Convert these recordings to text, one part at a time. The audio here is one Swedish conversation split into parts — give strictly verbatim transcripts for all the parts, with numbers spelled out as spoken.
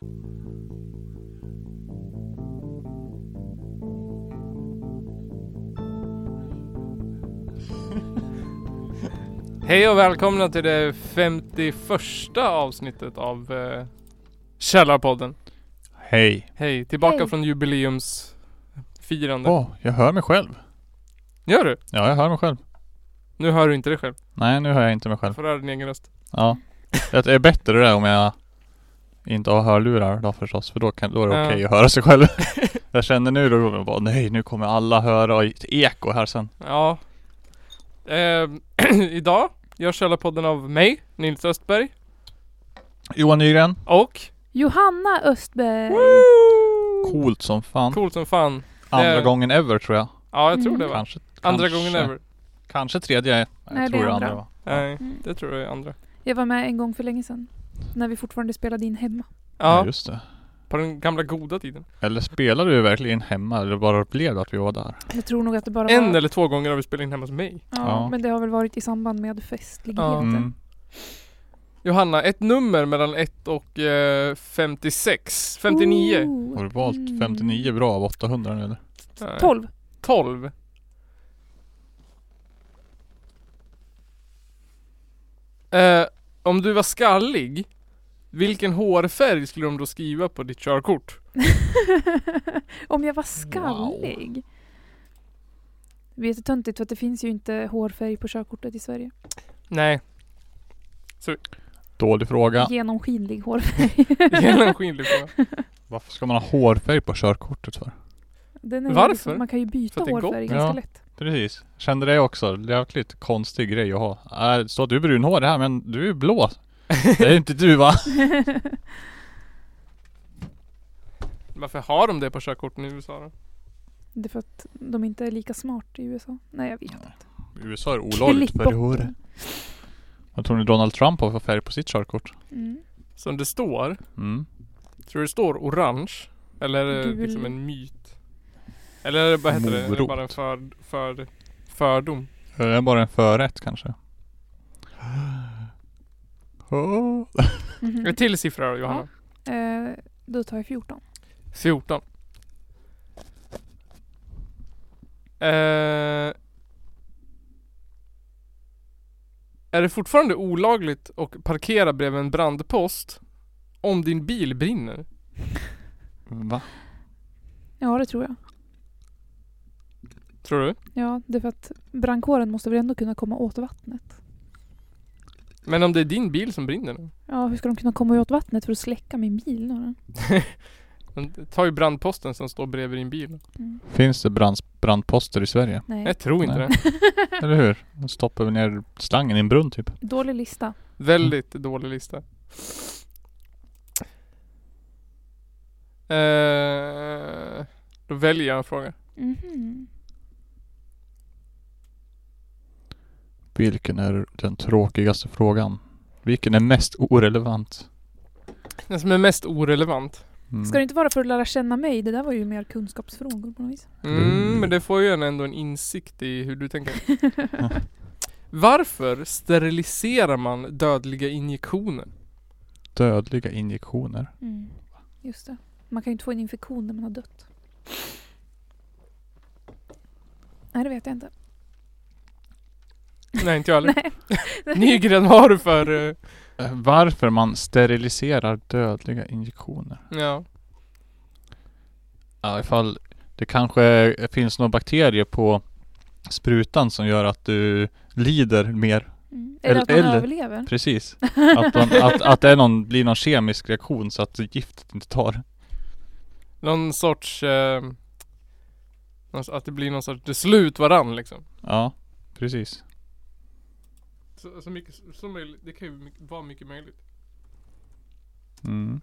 Hej och välkomna till det femtioförsta avsnittet av eh, Källarpodden. Hej. Hej, tillbaka Hej. från jubileumsfirande. Åh, oh, jag hör mig själv. Gör du? Ja, jag hör mig själv. Nu hör du inte dig själv. Nej, nu hör jag inte mig själv. Får höra din egen röst. Ja. Det är bättre det om jag inte har hörlurar då förstås. För då, kan, då är det Ja. okej att höra sig själv. Jag känner nu då, då bara, nej, nu kommer alla höra ett eko här sen. Ja. Eh, idag gör Källarpodden av mig, Nils Östberg. Johan Nygren. Och... Johanna Östberg. Woo! Coolt som fan. Coolt som fan. Andra Det- gången ever tror jag. Ja, jag tror Mm. det var. Kanske. Andra kanske, gången ever. Kanske tredje. Jag Nej, tror det är det andra. andra var. Nej, Mm. det tror jag är andra. Jag var med en gång för länge sedan. När vi fortfarande spelade in hemma. Ja, Ja, just det. på den gamla goda tiden. Eller spelade du verkligen hemma? Eller bara blev det att vi var där? Jag tror nog att det bara En var... eller två gånger har vi spelat in hemma hos mig. Ja, Ja. men det har väl varit i samband med festligheter. Mm. Johanna, ett nummer mellan ett och eh, femtiosex. femtionio. Ooh. Har du valt Mm. femtionio bra av åttahundra nu eller? Nej. tolv. tolv. Eh, om du var skallig, vilken hårfärg skulle de då skriva på ditt körkort? Om jag var skallig. Det är jättetöntigt för att det finns ju inte hårfärg på körkortet i Sverige. Nej, Dålig fråga. Genomskinlig hårfärg. genomskinlig fråga. Varför ska man ha hårfärg på körkortet för? Den är Varför? Liksom, man kan ju För byta att det är gott. hårfärg ganska Ja. lätt. Precis. Kände det också. Jävligt konstig grej att ha. Äh, så du är brunhår här men du är blå. Det är inte du va? Varför har de det på körkorten i U S A då? Det är för att de inte är lika smart i U S A. Nej, jag vet inte. I U S A är det olagligt Klipp för bort hår. den. Vad tror ni Donald Trump har för färg på sitt körkort? Mm. Som det står, Mm. tror du det står orange? Eller är det Gul. liksom en myt? Eller är det, vad heter det? Är det Morot. bara en för, för, fördom? Det är bara en förrätt kanske. Oh. Mhm. Ett till siffra då, Johanna. Eh, då tar jag fjorton. fjorton. Eh, är det fortfarande olagligt att parkera bredvid en brandpost om din bil brinner? Va? Ja, det tror jag. Tror du? Ja, det är för att brandkåren måste väl ändå kunna komma åt vattnet. Men om det är din bil som brinner nu? Ja, hur ska de kunna komma åt vattnet för att släcka min bil nu då? De tar ju brandposten som står bredvid din bil. Mm. Finns det brand, brandposter i Sverige? Nej. Jag tror inte Nej. det. Eller hur? De stoppar väl ner slangen i en brunn typ. Dålig lista. Väldigt dålig lista. Eh, då väljer jag en fråga. Mhm. Vilken är den tråkigaste frågan? Vilken är mest orelevant? Den som är mest orelevant. Mm. Ska det inte vara för att lära känna mig? Det där var ju mer kunskapsfrågor på något vis. Mm, Mm. men det får ju en ändå en insikt i hur du tänker. Varför steriliserar man dödliga injektioner? Dödliga injektioner. Mm. Just det. Man kan ju inte få en infektion när man har dött. Nej, det vet jag inte. Nej, inte jag heller. Nej. Nygren, vad har du för... eh, Eh, Varför man steriliserar dödliga injektioner? ja. Ja, ifall det kanske finns några bakterier på sprutan som gör att du lider mer. Mm. Eller att man Eller- överlever. Precis. Att, man, att, att det är någon, blir någon kemisk reaktion så att giftet inte tar. Någon sorts... Eh, någon- att det blir någon sorts... Det slut varann liksom. Ja, precis. Så, så mycket så möjligt. Det kan ju mycket, vara mycket möjligt. Mm.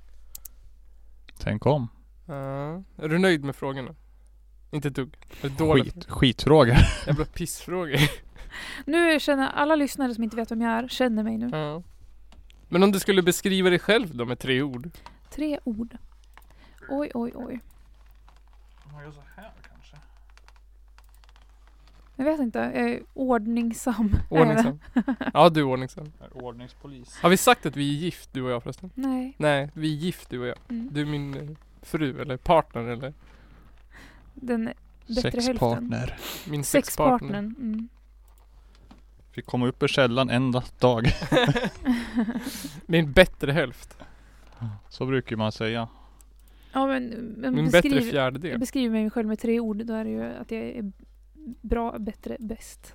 Tänk om. Ja. Är du nöjd med frågorna? Inte ett dugg. Det är dåligt. Skit, skitfråga. Jävla pissfrågor. Nu känner alla lyssnare som inte vet vem jag är, känner mig nu. Ja. Men om du skulle beskriva dig själv då med tre ord? Tre ord. Oj, oj, oj. Jag gör så här kanske. Jag vet inte, jag är ordningsam. Ordningsam. Ja, du är ordningsam. Är ordningspolis. Har vi sagt att vi är gift, du och jag förresten? Nej. Nej, vi är gift, du och jag. Mm. Du är min eh, fru eller partner eller Den bättre hälften. Sexpartner. min sexpartner. Sexpartnern. Mm. Fick komma upp ur källan en dag. Min bättre hälft. Så brukar man säga. Ja, men, men Min beskriv, bättre jag fjärdedel. beskriver mig själv med tre ord. Då är det ju att jag är bra, bättre, bäst.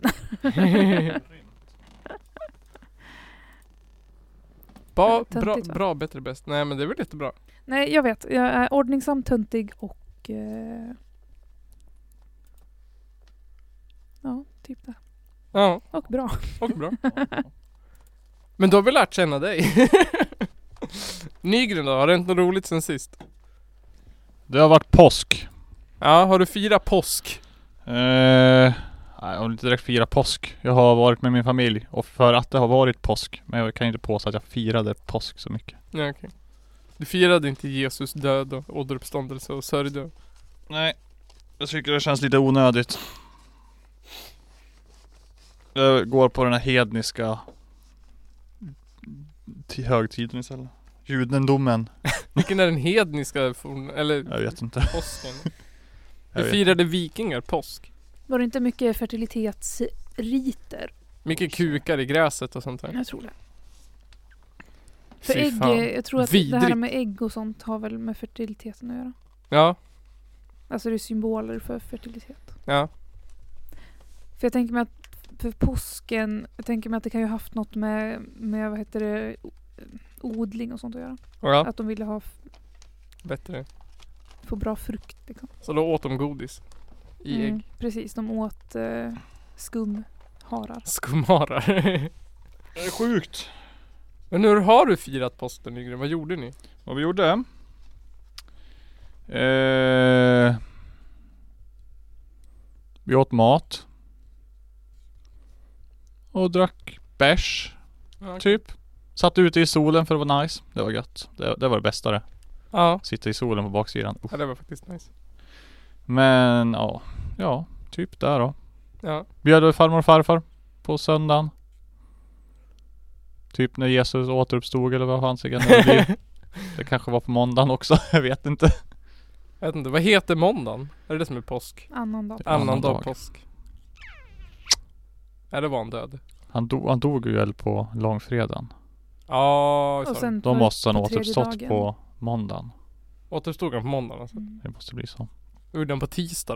ba, Töntigt, bra, va? bra, bättre, bäst. Nej, men det är väl jättebra. Nej, jag vet. Jag är ordningsam, töntig och... Eh, ja, typ det. Ja, Och bra. och bra. Men då har vi lärt känna dig. Nygren då, har det hänt något roligt sen sist? Det har varit påsk. Ja, har du firat påsk? Eh, nej, jag har inte direkt firat påsk. Jag har varit med min familj. Och för att det har varit påsk. Men jag kan inte påstå att jag firade påsk så mycket. Nej, okej. Du firade inte Jesus död och återuppståndelse och sörjde? Nej, jag tycker det känns lite onödigt. Jag går på den här hedniska till högtiden istället. Judendomen. Vilken är den hedniska forn, eller Jag vet inte. påsken? Jag Hur vet. firade vikingar påsk? Var det inte mycket fertilitetsriter? Mycket kukar i gräset och sånt där. Jag tror det. För Fy ägg, fan. jag tror att det här Vidrigt. med ägg och sånt har väl med fertiliteten att göra. Ja, Alltså det är symboler för fertilitet. ja. För jag tänker mig att för påsken, jag tänker mig att det kan ju ha haft något med, med vad heter det, odling och sånt att göra. ja. Att de ville ha, Bättre. få bra frukt liksom. Så då åt de godis i Mm, ägg. precis, de åt eh, skumharar. Skummarar. Det är sjukt. Men hur har du firat påsken, Nygren? Vad gjorde ni? Vad vi gjorde? Eh, vi åt mat. Och drack bärs. Ja, Typ. Satt ute i solen för att vara nice. Det var gött. Det, det var det bästa det. Ja, Sitta i solen på baksidan. Uff. ja, det var faktiskt nice. Men ja. Ja, typ där då. Ja, Bjöd farmor och farfar på söndagen. Typ när Jesus återuppstod eller vad fan sig det blir. Det kanske var på måndagen också. Jag vet inte. jag vet inte. Vad heter måndagen? Är det det som är påsk? Annan dag. Annan Annan dag dag. påsk. Ja, det var han död. Han, do, han dog ju väl på långfredagen. Ja, Och så. sen Då på- måste han på tredje återuppstått dagen. på måndagen. Återuppstod han på måndagen alltså. Mm. Det måste bli så. Gjorde han på tisdag?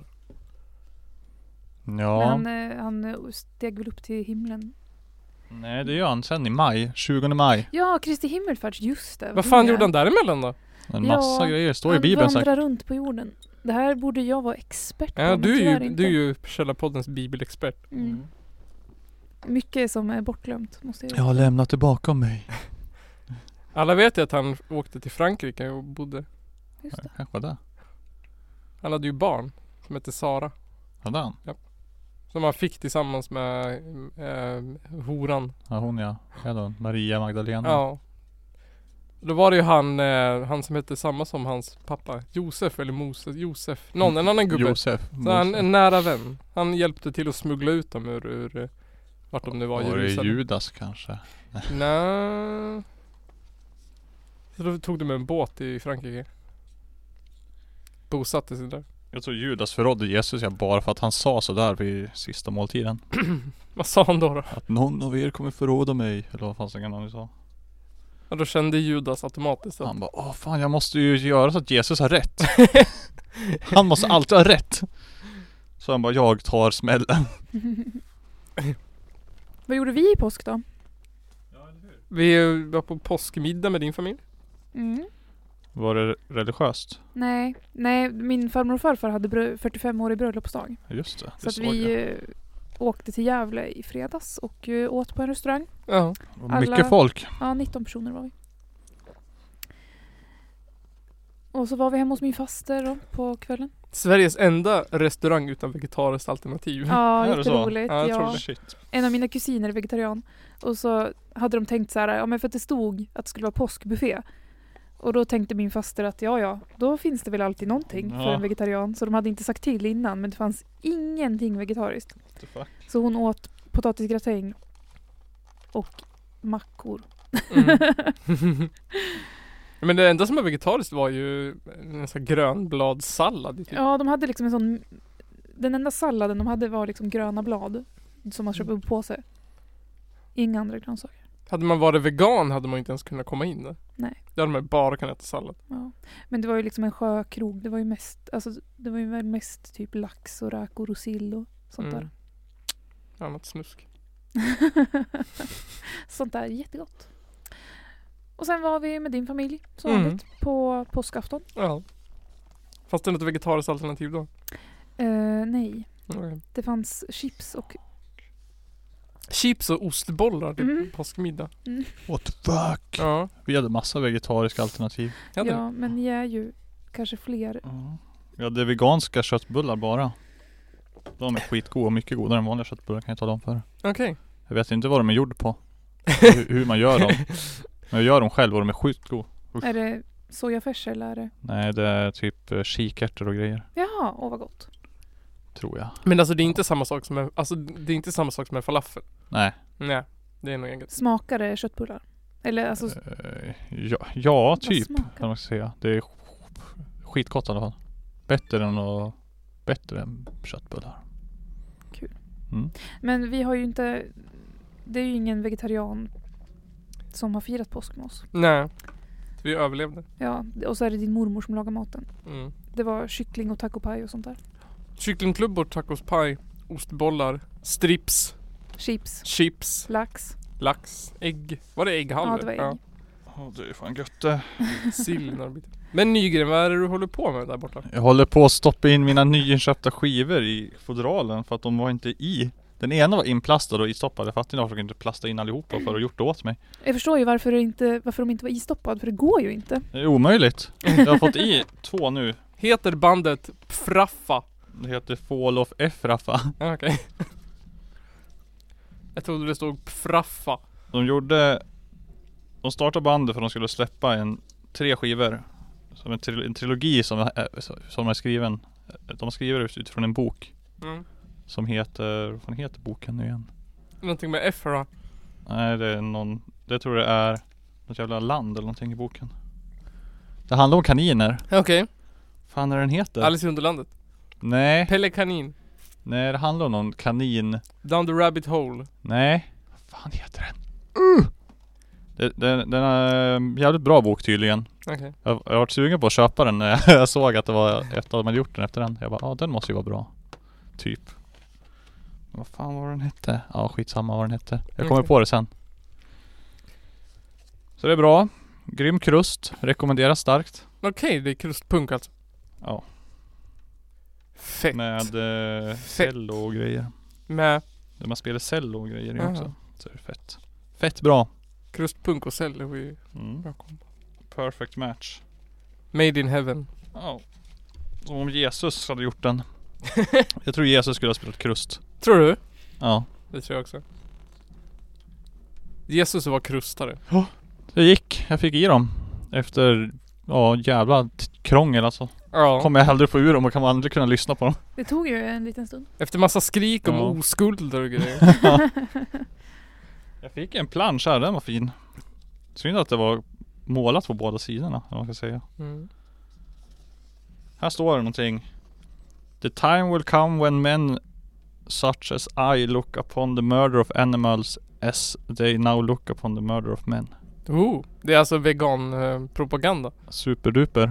Ja. Men han, eh, han eh, steg väl upp till himlen. Nej, det gör han sen i maj. tjugonde maj. Ja, Kristi himmelfärds, just det. Vad fan gjorde han däremellan då? En massa Ja, grejer. Står i Han bibeln säkert. vandrar runt på jorden. Det här borde jag vara expert på. Ja, men du är tyvärr ju, inte. du är ju Källarpoddens bibelexpert. Mm. Mycket som är bortglömt, måste jag Jag har lämnat det bakom mig. Alla vet ju att han åkte till Frankrike och bodde. Just det. Kanske det. Han hade ju barn som hette Sara. Hade han? Som han fick tillsammans med eh, horan. Ja, hon ja. Ja då, Maria Magdalena. Ja. Då var det ju han, eh, han som hette samma som hans pappa. Josef eller Moses. Josef. Någon, en annan gubbe. Josef. Så han, en nära vän. Han hjälpte till att smuggla ut dem ur, ur eh, vart de nu var i Var det Jerusalem. Judas kanske? Nej. Så då tog de en båt i Frankrike. Bosatte sig där. Jag tror Judas förrådde Jesus ja, bara för att han sa så där vid sista måltiden. Vad sa han då då? Att någon av er kommer förråda mig. Eller vad fan ska någon sa. Och då kände Judas automatiskt att Han bara, åh fan jag måste ju göra så att Jesus har rätt. Han måste alltid ha rätt. Så han bara, jag tar smällen. Vad gjorde vi i påsk då? vi var på påskmiddag med din familj. Mm. Var det religiöst? Nej, nej, min farmor och farfar hade brö- fyrtiofem år i bröllopsdag. Just det, Så det att såg vi jag. eh, åkte till Gävle i fredags och eh, åt på en restaurang. Ja. Och alla- mycket folk. Ja, nitton personer var vi. Och så var vi hemma hos min faster då, på kvällen. Sveriges enda restaurang utan vegetariskt alternativ. Ja, Är det så? jätteroligt. Ja, jag tror Ja. det. Shit. En av mina kusiner är vegetarian. Och så hade de tänkt så här, ja men för att det stod att det skulle vara påskbuffé. Och då tänkte min faster att ja, ja, då finns det väl alltid någonting Ja. för en vegetarian. Så de hade inte sagt till innan, men det fanns ingenting vegetariskt. Så hon åt potatisgratäng och mackor. Mm. Men det enda som var vegetariskt var ju en sån här grönbladssallad. Typ. Ja, de hade liksom en sån... Den enda salladen de hade var liksom gröna blad som man köpte upp på sig. Inga andra grönsaker. Hade man varit vegan hade man inte ens kunnat komma in där. Nej. Där hade man bara kunnat äta sallad. Ja. Men det var ju liksom en sjökrog. Det var ju mest, alltså, det var ju väl mest typ lax och räkor och sill och sånt Mm. där. Annat snusk. Sånt där, jättegott. Och sen var vi med din familj, som Mm. vanligt, på påskafton. Ja. Fast det är något vegetariskt alternativ då? Eh, nej, Okay. det fanns chips och... Chips och ostbollar till Mm. påskmiddag. Mm. What the fuck? Ja. Vi hade massa vegetariska alternativ. Ja, det. Ja, men ni är ju kanske fler. Ja. Vi hade veganska köttbullar bara. De är skitgoda och mycket godare än vanliga köttbullar, kan jag tala om för. Okej. Jag vet inte vad de är gjord på. hur, hur man gör dem. Men jag gör dem själv och de är skitgoda. Är det sojafärs eller är det... Nej, det är typ eh, kikärtor och grejer. Jaha, åh vad gott. Tror jag. Men alltså det är inte samma sak som en, alltså det är inte samma sak som en falafel. Nej. Nej, det är nog eget. Smakar det köttbullar? Eller alltså... Eh, ja, ja, typ. smakar? Kan man säga. Det är skitgott i alla fall. Bättre än och bättre än köttbullar. Kul. Mm. Men vi har ju inte... Det är ju ingen vegetarian som har firat påsk med oss. Nej. Vi överlevde. Ja, och så är det din mormor som lagar maten. Mm. Det var kyckling och tacopaj och sånt där. Kycklingklubbor, tacospaj, ostbollar, strips, Chips, chips, lax. lax, ägg. Var det ägghalvor? Ja, det var ägg. Ja, det är fan gött det. Sill några bitar. Men Nygren, vad är det du håller på med där borta? Jag håller på att stoppa in mina nyinköpta skivor i fodralen för att de var inte i. Den ena var inplastad och istoppad. Jag fattar inte varför jag inte plasta in allihopa för att gjort det åt mig. Jag förstår ju varför, det inte, varför de inte var istoppad, för det går ju inte. Det är omöjligt. Jag har fått i två nu. Heter bandet Pfraffa? Det heter Fall of F-Raffa. Ja, okej. Jag trodde det stod Pfraffa. De gjorde... De startade bandet för att de skulle släppa en tre skivor. Som en, tril- en trilogi som, är- som är skriven. De skriver utifrån en bok. Mm. Som heter... Vad fan heter boken nu igen? Någonting med F då? Nej, det är någon... Det tror jag är något jävla land eller någonting i boken. Det handlar om kaniner. Okej. Fan är den heter? Alice i Underlandet. Nej. Pelle Kanin. Nej, det handlar om någon kanin. Down the Rabbit Hole. Nej. Vad fan heter den? Uh! Det, det, den är en jävligt bra bok tydligen. Okej. Jag, jag har varit sugen på att köpa den när jag såg att det var efter att de hade gjort den efter den. Jag bara, ja den måste ju vara bra. Typ. Men vad fan var den hette? Ja, skitsamma vad den hette. Jag kommer Okej. på det sen. Så det är bra. Grym krust. Rekommenderas starkt. Okej, det är krustpunk alltså. Ja. Fett. Med eh, cello och grejer. Med Där man spelar cello och grejer i Aha. också. Så är det fett. Fett bra. krustpunk och cello är ju Mm. bra kombo. Perfect match. Made in heaven. Ja. Som om Jesus hade gjort den. Jag tror Jesus skulle ha spelat krust. Tror du? Ja. Det tror jag också. Jesus var krustare. Det gick. Jag fick i dem. Efter ja jävla t- krångel alltså. Ja. Kommer jag aldrig få ur dem och kan man aldrig kunna lyssna på dem. Det tog ju en liten stund. Efter massa skrik om Ja. oskulder och grejer. Jag fick en plansch här. Den var fin. Synd att det var målat på båda sidorna. Eller vad man ska säga. Mm. Här står det någonting. The time will come when men such as I look upon the murder of animals as they now look upon the murder of men. Oh, det är alltså vegan eh, propaganda. Superduper.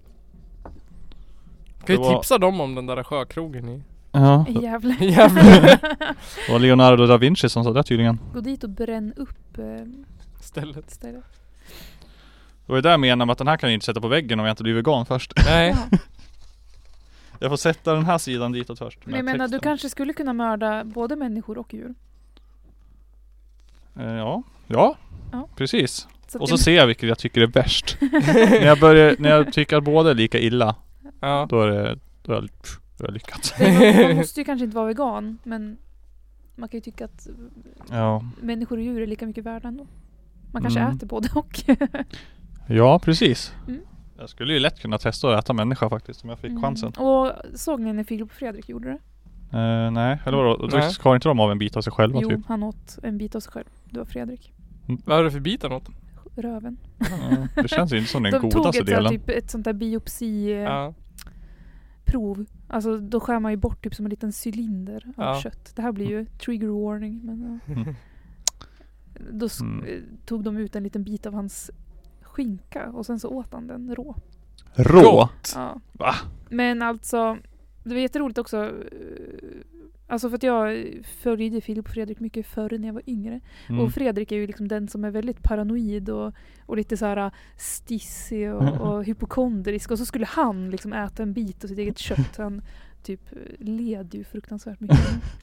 Kan ju Det var- tipsa dem om den där sjökrogen i Ja. Jävlar. Jävlar. Det var Leonardo da Vinci som sa det tydligen. Gå dit och bränn upp eh, stället. stället. Det var ju där jag menade med att den här kan jag inte sätta på väggen om jag inte blir vegan först. Nej. Ja. Jag får sätta den här sidan ditåt först. Men jag med menar, du texten. kanske skulle kunna mörda både människor och djur. Eh, Ja, ja, Ja. precis. Så att Och så det- ser jag vilket jag tycker är värst. när, jag börjar, när jag tycker att båda är lika illa, Ja. då är det, då är jag, då är jag lyckats. man, man måste ju kanske inte vara vegan, men man kan ju tycka att Ja. människor och djur är lika mycket värda ändå. Man kanske Mm. äter både och. Ja, precis. Mm. Jag skulle ju lätt kunna testa att äta människa faktiskt om jag fick Mm. chansen. Och såg ni när Filip och Fredrik gjorde det? Uh, nej, eller vadå? Då Nej. skar inte de av en bit av sig själva Jo, typ? han åt en bit av sig själv. Det var Fredrik. Vad är det för bitar något? Röven. Ja, det känns ju inte som den De tog godaste ett, så här, delen. typ, ett sånt där biopsi-prov. Ja. Alltså då skär man ju bort typ som en liten cylinder av Ja. kött. Det här blir ju trigger warning. Men, ja. Mm. Då sk- Mm. tog de ut en liten bit av hans skinka och sen så åt han den rå. Rå? Gott. Ja. Va? Men alltså, det var jätteroligt också. eh, Alltså för att jag följde Filip och Fredrik mycket förr när jag var yngre. Mm. Och Fredrik är ju liksom den som är väldigt paranoid och, och lite så här stissig och, och hypokondrisk. Och så skulle han liksom äta en bit av sitt eget kött. Han typ led ju fruktansvärt mycket.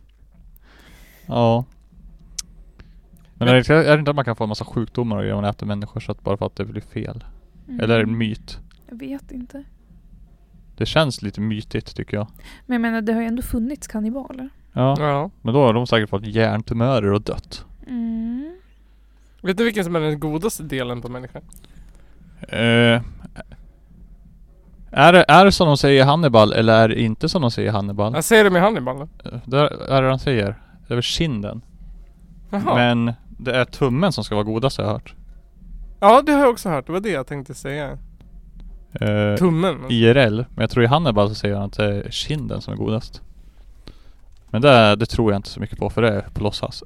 Ja. Men är det, inte- är det inte att man kan få en massa sjukdomar och om man äter människokött bara för att det blir fel? Mm. Eller är det en myt? Jag vet inte. Det känns lite mytigt tycker jag. Men jag menar, det har ju ändå funnits kannibaler. Ja. Ja. Men då har de säkert fått hjärntumörer och dött. Mm. Vet du vilken som är den godaste delen på människan? Eh, är, det, är det som de säger i Hannibal eller är det inte som de säger i Hannibal? Jag säger det med Hannibal då. Eh, Det är det han säger. Det är väl kinden. Jaha. Men det är tummen som ska vara godast har jag hört. Ja, det har jag också hört. Det var det jag tänkte säga. Eh, Tummen. I R L. Men jag tror i Hannibal så säger han att det är kinden som är godast. Men det, det tror jag inte så mycket på för det är på låtsas.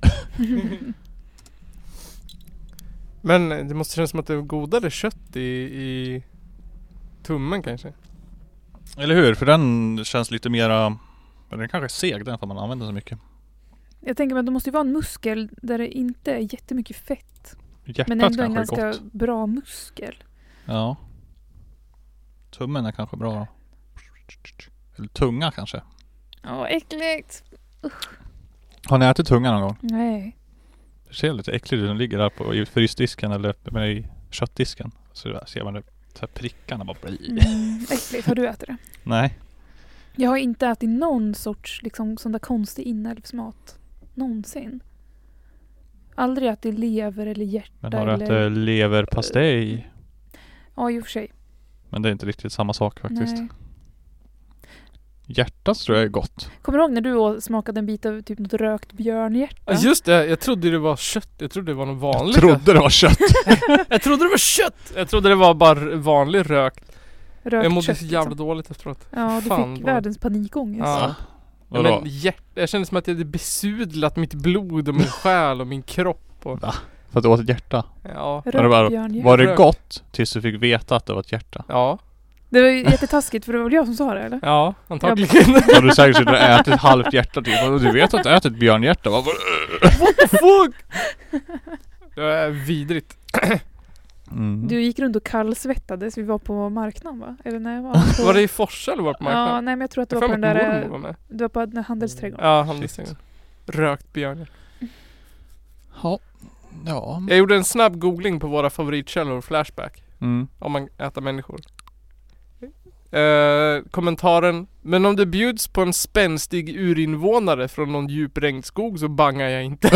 Men det måste kännas som att det är godare kött i, i tummen kanske. Eller hur? För den känns lite mera... Den är kanske seg den för man använder så mycket. Jag tänker mig att det måste ju vara en muskel där det inte är jättemycket fett. Hjärtat Men ändå en kanske är ganska gott. bra muskel. Ja. Tummen är kanske bra. Eller tunga kanske. Ja, äckligt. Har ni ätit tunga någon gång? Nej. Det ser lite äckligt ut. Den ligger där på, i frysdisken eller med i köttdisken. Så där ser man det. Så här prickarna bara blir. Mm, äckligt. Har du ätit det? Nej. Jag har inte ätit någon sorts liksom, sån där konstig inälvsmat. Någonsin. Aldrig ätit lever eller hjärta. Men har du eller... ätit leverpastej? Ja, i och för sig. Men det är inte riktigt samma sak faktiskt. Nej. Hjärtat tror jag är gott. Kommer du ihåg när du å- smakade en bit av typ något rökt björnhjärta? Ja, just det, jag trodde det var kött. Jag trodde det var något vanligt. Jag trodde det var kött. jag trodde det var kött! Jag trodde det var bara vanlig rök. Rökt Jag mådde kött, så jävla liksom. dåligt efteråt. Ja, du Fan, fick vad- världens panikångest. Ja. Vadå? Men hjärt- jag kände som att jag hade besudlat mitt blod och min själ och min kropp. Och, För att du åt ett hjärta. ja. Rökt Var det, bara, björnhjärta. var det Rök. gott tills du fick veta att det var ett hjärta? Ja. Det var ju jättetaskigt för det var väl jag som sa det, eller? Ja, antagligen. Så har du säkert suttit och ätit ett halvt hjärta typ. Och du vet att du ätit ett björnhjärta. Vad What the fuck? Det är vidrigt. mm. Du gick runt och kallsvettades. Vi var på marknaden, va? Eller nej, var på... Var det i Forsa eller var det på Ja, marknaden? nej men jag tror att det Jag var har på för den mig att där... mormor var med. Det var på den här handelsträdgården. Ja, handelsträdgården. Rökt björn. Ja. Ja. Jag gjorde en snabb googling på våra favoritkällor Flashback. Mm. Om man äter människor. Eh, kommentaren: men om det bjuds på en spänstig urinvånare från någon djup regnskog så bangar jag inte.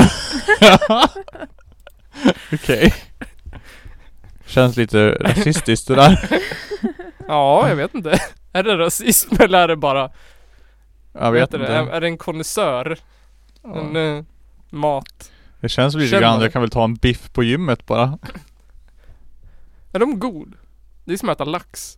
Okej. Känns lite rasistiskt det där. Ja, jag vet inte. Är det rasism eller är det bara... Jag vet det, inte. är, är det en konnässör? Ja. En eh, mat? Det känns lite Känner grann. det. Jag kan väl ta en biff på gymmet bara. Är de god? Det är som att äta lax.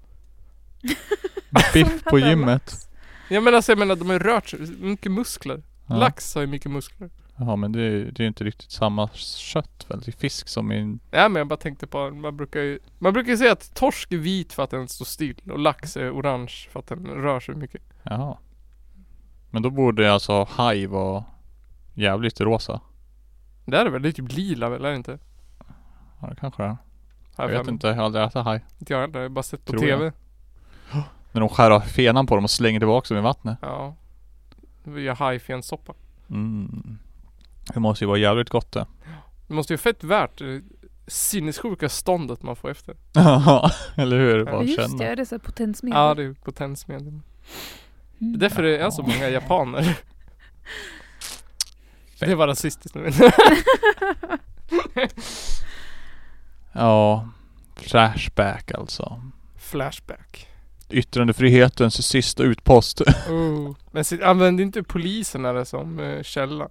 Biff på gymmet. Jag menar, alltså, jag menar de har ju rört sig. Mycket muskler. Ja. Lax har ju mycket muskler. Ja, men det är, det är inte riktigt samma kött väl? Det är fisk som är en... Ja, men jag bara tänkte på, man brukar ju Man brukar ju säga att torsk är vit för att den står still och lax är orange för att den rör sig mycket. Jaha. Men då borde alltså haj vara jävligt rosa. Det är det väl? Det är typ lila väl, är det inte? Ja, det kanske det är. Har Jag för vet mig. inte, jag har aldrig ätit haj. Inte jag heller, jag har bara sett på Tror tv. jag. När de skär av fenan på dem och slänger tillbaka dem i vattnet. Ja. Vi gör hajfensoppa. Mm. Det måste ju vara jävligt gott det. Det måste ju fett värt eh, sinnessjuka ståndet man får efter. Ja, eller hur? Ja, Bara Just känna. det, är det så här potensmedel? Ja, det är potensmedel. Mm. Det är därför det är så många japaner. Det var rasistiskt nu. Ja. Flashback alltså. Flashback. Yttrandefrihetens sista utpost. Oh. Men så, använder inte polisen det som uh, källa?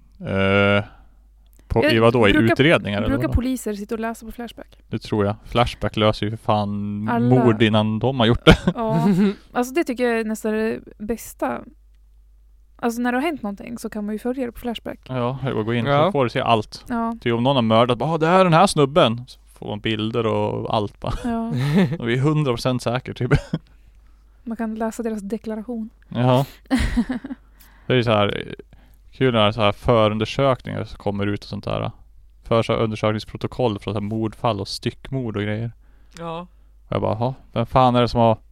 Uh, på, Jag I vad då? I brukar- utredningar? eller Brukar vadå? poliser sitta och läsa på Flashback? Det tror jag. Flashback löser ju för fan Alla- mord innan de har gjort det. Ja, alltså det tycker jag är nästan det bästa. Alltså när det har hänt någonting så kan man ju följa det på Flashback. Ja, jag går in Ja. så får du se allt. Ja, Typ om någon har mördat, bara, ah, det här är den här snubben. Så får man bilder och allt bara. ja. Och vi är hundra procent säker typ. Man kan läsa deras deklaration. Ja. Det är ju så här eh, kul när så här förundersökningar som kommer ut och sånt där. För så här undersökningsprotokoll från så här mordfall och styckmord och grejer. Ja. Och jag bara, "Jaha, vem fan är det som har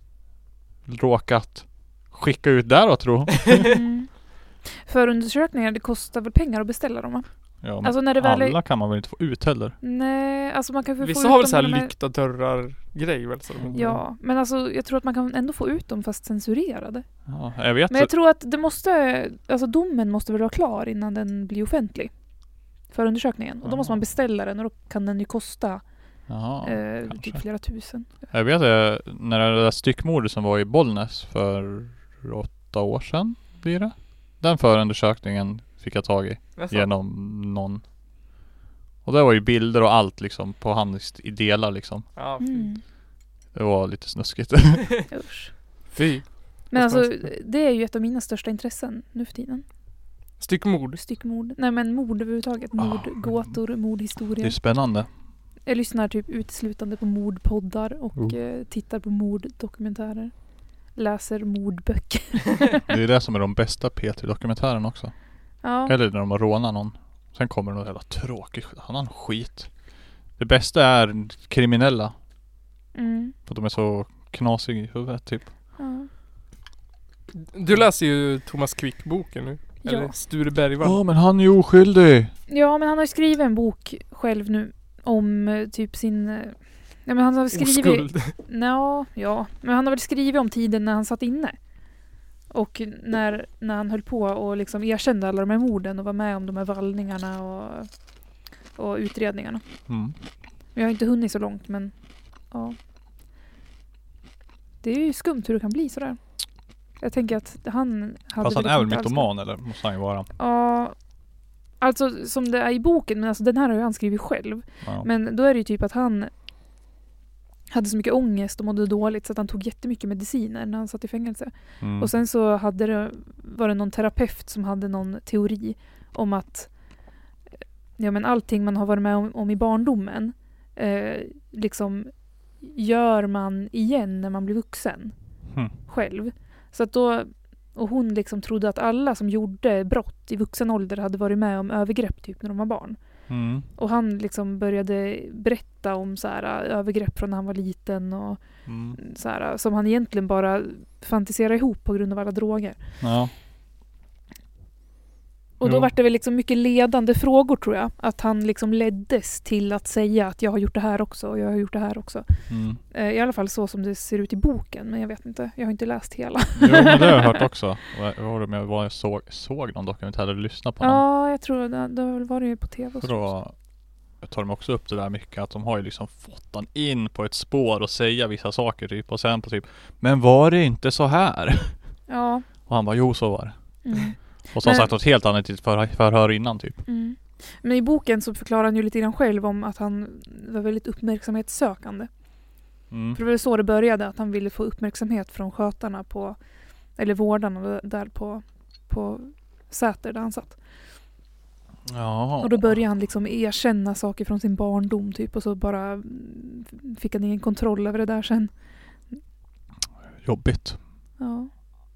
råkat skicka ut där då, tro?" Mm. Förundersökningar, det kostar väl pengar att beställa dem, va? Ja, men Alltså när det väl är... alla kan man väl inte få ut heller. Nej, alltså man kan få Vissa få har ut väl så här dem när de är- lyckta dörrar grej väl så de- Ja, men alltså jag tror att man kan ändå få ut dem fast censurerade. Ja, jag vet. Men jag tror att det måste, alltså domen måste väl vara klar innan den blir offentlig. Förundersökningen. Och då måste Jaha. man beställa den och då kan den ju kosta Jaha, eh, kanske. typ flera tusen. Jag vet eh, när det där styckmordet som var i Bollnäs för åtta år sedan blir det. Den förundersökningen fick jag tag i Jaså? genom någon. Och det var ju bilder och allt liksom på hans i delar liksom. Ja, fy. Mm. Det var lite snuskigt. Usch. Fy. Men Vad alltså konstigt. det är ju ett av mina största intressen nu för tiden. Styckmord. Styckmord. Nej men mord överhuvudtaget. Ah. Mordgåtor, Det är mordhistorier. spännande. Jag lyssnar typ uteslutande på mordpoddar och Oh. eh, tittar på morddokumentärer. Läser mordböcker. Det är det som är de bästa P tre-dokumentärerna också. Ja. Eller när de har rånat någon. Sen kommer det något jävla tråkigt skit. Han har en skit. Det bästa är kriminella. Mm. För att de är så knasiga i huvudet typ. Ja. Du läser ju Thomas Quick-boken nu. Eller Ja. Sture Bergvall. Ja, men han är ju oskyldig. ja, men han har ju skrivit en bok själv nu om eh, typ sin... eh, Ja, men han har skrivit... Oskuld. Nå, ja, men han har väl skrivit om tiden när han satt inne. Och när, när han höll på och liksom erkände alla de här morden och var med om de här vallningarna och, och utredningarna. Mm. Jag har inte hunnit så långt, men ja. Det är ju skumt hur det kan bli sådär. Jag tänker att han hade... Fast han väl är väl inte alls- mytoman eller måste han ju vara. Ja, alltså som det är i boken, men alltså den här har ju han skrivit själv. Ja. Men då är det ju typ att han hade så mycket ångest och mådde dåligt så att han tog jättemycket mediciner när han satt i fängelse. Mm. Och sen så hade det, var det någon terapeut som hade någon teori om att ja, men allting man har varit med om, om i barndomen eh, liksom gör man igen när man blir vuxen Hmm. själv. Så att då, och hon liksom trodde att alla som gjorde brott i vuxen ålder hade varit med om övergrepp typ när de var barn. Mm. Och han liksom började berätta om så här, övergrepp från när han var liten och Mm. så här, som han egentligen bara fantiserade ihop på grund av alla droger. Ja. Och då Jo. var det väl liksom mycket ledande frågor tror jag. Att han liksom leddes till att säga att jag har gjort det här också och jag har gjort det här också. Mm. Eh, I alla fall så som det ser ut i boken. Men jag vet inte, jag har inte läst hela. Jo, men det har jag hört också. Vad var det med vad jag såg, såg någon dokumentär eller lyssnade på någon? Ja, jag tror det, det har väl varit på tv. Och För så. då tar de också upp det där mycket att de har ju liksom fått han in på ett spår och säga vissa saker typ och sen på typ men var det inte så här? Ja. Och han bara jo så var det. Mm. Och så har han Men- sagt något helt annat i ett för, förhör innan typ. Mm. Men i boken så förklarar han ju lite grann själv om att han var väldigt uppmärksamhetssökande. Mm. För det var så det började, att han ville få uppmärksamhet från skötarna på, eller vårdarna där på, på Säter där han satt. Ja. Och då började han liksom erkänna saker från sin barndom typ och så bara mm, fick han ingen kontroll över det där sen. Jobbigt. Ja.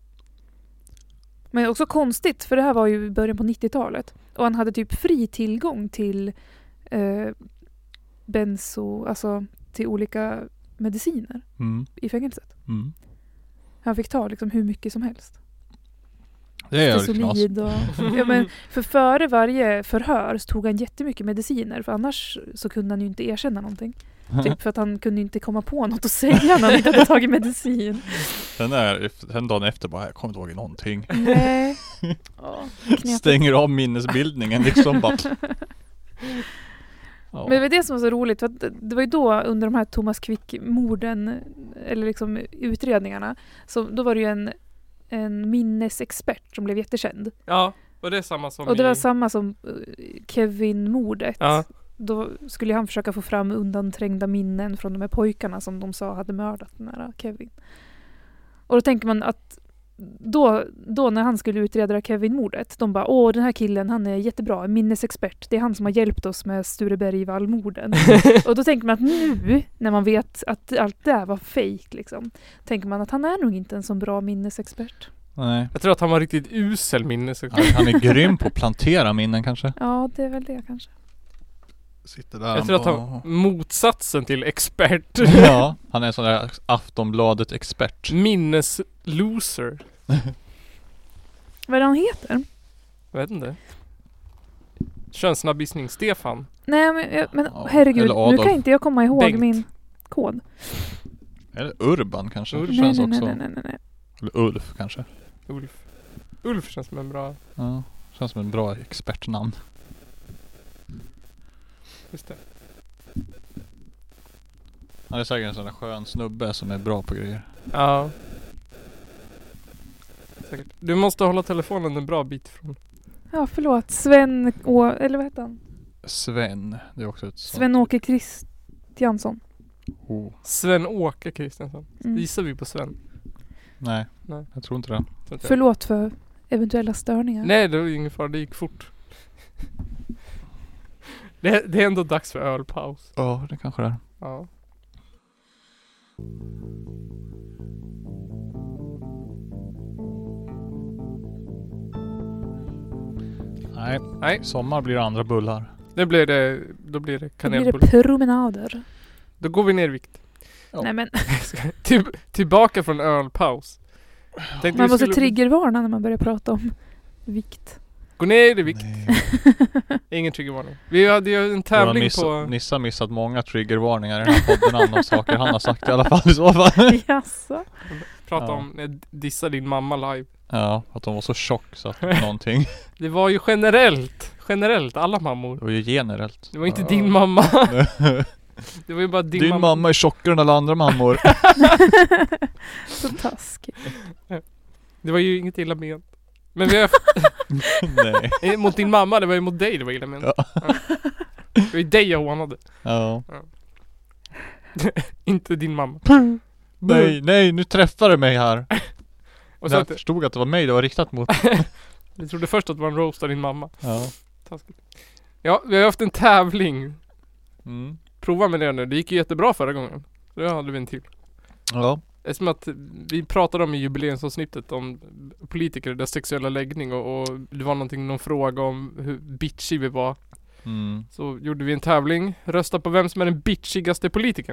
Men också konstigt, för det här var ju i början på nittiotalet. Och han hade typ fri tillgång till eh, benzo, alltså till olika mediciner Mm. i fängelset. Mm. Han fick ta liksom hur mycket som helst. Det är ju knas. Solid och, ja, men för före varje förhör så tog han jättemycket mediciner, för annars så kunde han ju inte erkänna någonting. Typ för att han kunde inte komma på något att säga när han inte hade tagit medicin. Sen, är, sen dagen efter bara jag kommer inte ihåg någonting. Nej. Ja, knepigt. Stänger av minnesbildningen liksom bara. Ja. Men det var det som var så roligt, för att det- det var ju då under de här Thomas Quick-morden, eller liksom utredningarna, så då var det ju en, en minnesexpert som blev jättekänd. Ja, och det är samma som Och det i... var samma som eh, Kevin-mordet. Ja. Då skulle han försöka få fram undanträngda minnen från de här pojkarna som de sa hade mördat den här Kevin. Och då tänker man att då, då när han skulle utreda det här Kevin-mordet, de bara, åh den här killen, han är jättebra, en minnesexpert. Det är han som har hjälpt oss med Stureberg-Vall-morden. Och då tänker man att nu, när man vet att allt det här var fake liksom, tänker man att han är nog inte en så bra minnesexpert. Nej. Jag tror att han var riktigt usel minnes. Han, han är grym på att plantera minnen kanske. Ja, det är väl det kanske. Sitter där. Jag tror att han motsatsen till expert. Ja, han är en sån där Aftonbladet-expert. Minnesloser. Vad är det han heter? Jag vet inte. Könssnabbisning Stefan. Nej, men, jag- men Ja, herregud, eller nu Adolf. kan inte jag komma ihåg Bengt. min kod. Eller Urban kanske. Urban. Det Nej, känns nej, nej, också. nej, nej, nej, nej. Eller Ulf kanske. Ulf. Ulf känns som en bra... Ja, känns som en bra expertnamn. Just det. Han är säkert en sån där skön snubbe som är bra på grejer. Ja. Säkert. Du måste hålla telefonen en bra bit från. Ja, förlåt. Sven Å... Eller vad heter han? Sven, det är också ett sånt. Sven-Åke Kristiansson. Oh. Sven-Åke Kristiansson. Mm. Gissar vi på Sven? Nej, Nej. jag tror inte det. Tror inte jag. Förlåt för eventuella störningar. Nej, det var ingen fara. Det gick fort. det, det är ändå dags för ölpaus. Ja, det kanske det är. Ja. Nej, Nej, sommar blir det andra bullar. det blir det. Då blir det Då blir det kanelbulle. promenader. Då går vi ner i vikt. Ja. Nej, men Till, tillbaka från ölpaus. Tänkte man vi måste skulle triggervarna när man börjar prata om vikt. gå ner i vikt. Nej. Ingen triggervarning. Vi hade ju en Du har tävling missa, på... Nissa missat många triggervarningar i den här podden om saker han har sagt i alla fall i så fall. Jaså? Prata Ja. om eh, dissa din mamma live. Ja, att de var så tjock så att någonting. Det var ju generellt. Generellt, alla mammor. Det var ju generellt. Det var inte Ja. din mamma. Det var ju bara din, Din mamma är tjockare än alla andra mammor. Så taskigt. Det var ju inget illa ment. Men vi har Nej. eh, mot din mamma, det var ju mot dig det var illa ment. Ja. Ja. Det var ju dig jag hånade. Ja. Inte din mamma. Nej, nej, nu träffar du mig här. Och så Jag att, förstod att det var mig det var riktat mot. jag trodde först att det var en roast av din mamma. Ja. Taskigt. Ja, vi har haft en tävling. Mm. Prova med det nu. Det gick ju jättebra förra gången. Så då hade vi en till. Ja. Det är som att vi pratade om i jubileumsavsnittet om politiker och deras sexuella läggning och, och det var någonting, någon fråga om hur bitchy vi var. Mm. Så gjorde vi en tävling. Rösta på vem som är den bitchigaste politikern.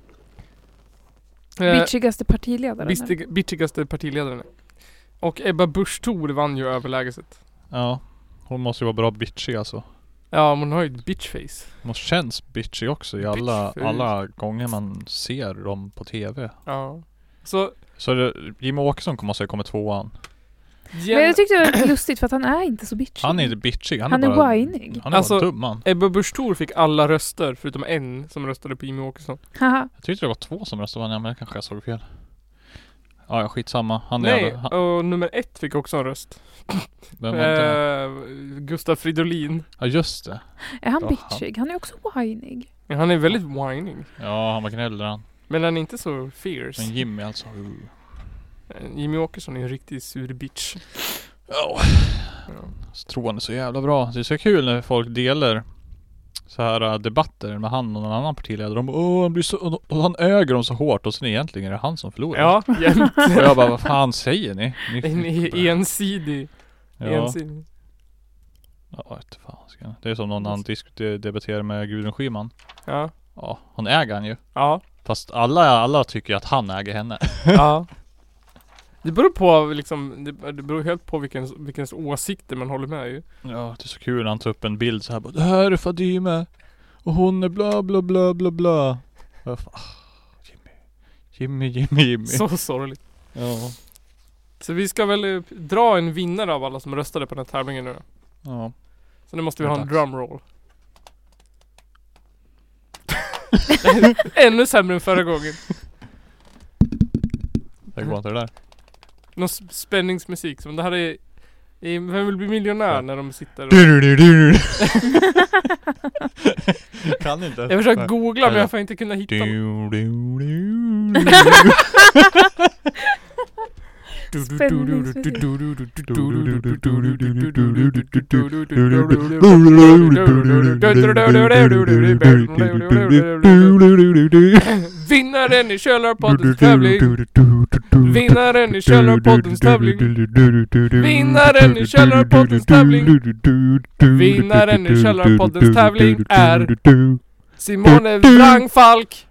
Eh, Bitchigaste partiledaren. bistig- bitchigaste partiledaren. Och Ebba Busch Thor vann ju överlägeset. Ja. Hon måste ju vara bra bitchy alltså. Ja, hon har ju ett bitchface. Hon känns bitchy också i alla, Bitchface. alla gånger man ser dem på tv. Ja. Så Så det, Jimmie Åkesson kommer säga kommer tvåan. Jen- Men jag tyckte det var lustigt för att han är inte så bitchig. Han är inte bitchig. Han, Han är är bara whinig. Han är Alltså- bara dum man. Ebba Busch Thor fick alla röster förutom en som röstade på Jimmie Åkesson. Haha. Jag tyckte det var två som röstade, men jag kanske jag såg fel. Ja, ja, skitsamma. Han Nej, är... Han, och nummer ett fick också en röst. vem var det? Eh, Gustav Fridolin. Ja, just det. Är han Ja, bitchig? Han är också whinig. Ja, han är väldigt whining. Ja, han var gnäller han. Men han är inte så fierce. Men Jimmy alltså. Uh. Eh, Jimmie Åkesson är en riktig sur bitch. Ja. Ja. Så tror han är så jävla bra. Det är så kul när folk delar så här uh, debatter med han och någon annan partiledare. De åh, han blir så, och, och han äger dem så hårt och sen egentligen är det han som förlorar. Ja, jämt. Och jag bara, vad fan säger ni? ni En e- ensidig. ja. Ensidig. Ja, vet fan. ska jag- Det är som någon annan diskuterar, debatterar med Gudrun Schyman. Ja. Ja, hon äger han ju. Ja. Fast alla, alla tycker att han äger henne. Ja. Det beror på liksom, det, det beror helt på vilkens, vilkens åsikter man håller med i. Ja, det är så kul när han tar upp en bild så här. Bara, det här är Fadime. Och hon är bla bla bla bla bla. Jag bara, ah, Jimmy. Jimmy, Jimmy, Jimmy. Så sorgligt. Ja. Så vi ska väl eh, dra en vinnare av alla som röstade på den här tävlingen nu då. Ja. Så nu måste vi ha en Dags. drumroll. Ännu sämre än förra gången. Det går inte det där. Någon s- spänningsmusik som det här är i Vem vill bli miljonär när de sitter och... Kan inte. Jag försöker googla men jag får inte kunna hitta Vinnaren i Källarpoddens tävling. Vinnaren i Källarpoddens tävling. Vinnaren i Källarpoddens tävling. Vinnaren i Källarpoddens tävling är Simone Wrangfalk.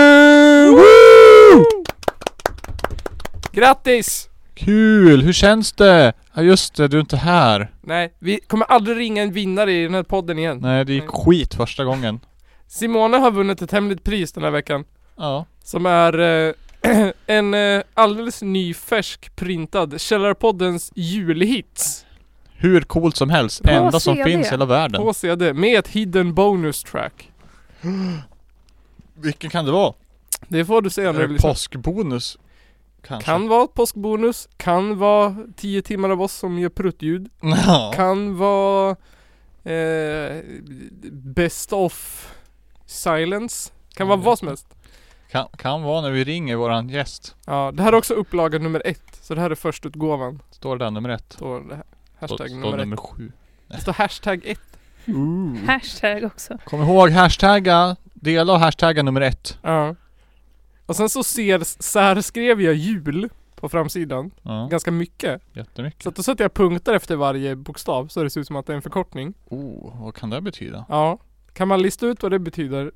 Grattis! Kul, hur känns det? Ja just det, du är inte här. Nej, vi kommer aldrig ringa en vinnare i den här podden igen. Nej, det gick Nej. skit första gången. Simone har vunnit ett hemligt pris den här veckan. Ja. Som är eh, en eh, alldeles ny färsk printad Källarpoddens julhits Hur coolt som helst. På Enda som C D. finns i hela världen. på C D med ett hidden bonus track. Vilken kan det vara? Det får du säga när Är du det lyssnar. påskbonus? Kanske. Kan vara påskbonus, kan vara tio timmar av oss som gör pruttljud. Ja. Kan vara eh, best of silence. Kan vara Mm. vad som helst. Kan, kan vara när vi ringer våran gäst. Ja, det här är också upplaga nummer ett. Så det här är förstutgåvan. Står det där nummer ett? Står det här. Hashtag Står nummer nummer ett. sju. Det står hashtag ett. Hashtag också. Kom ihåg hashtagga. Dela och hashtagga nummer ett. Ja. Och sen så ser, särskrev jag jul på framsidan. Ja, Ganska mycket. jättemycket. Så att då sätter jag punkter efter varje bokstav. Så det ser ut som att det är en förkortning. Oh, vad kan det betyda? Ja. Kan man lista ut vad det betyder?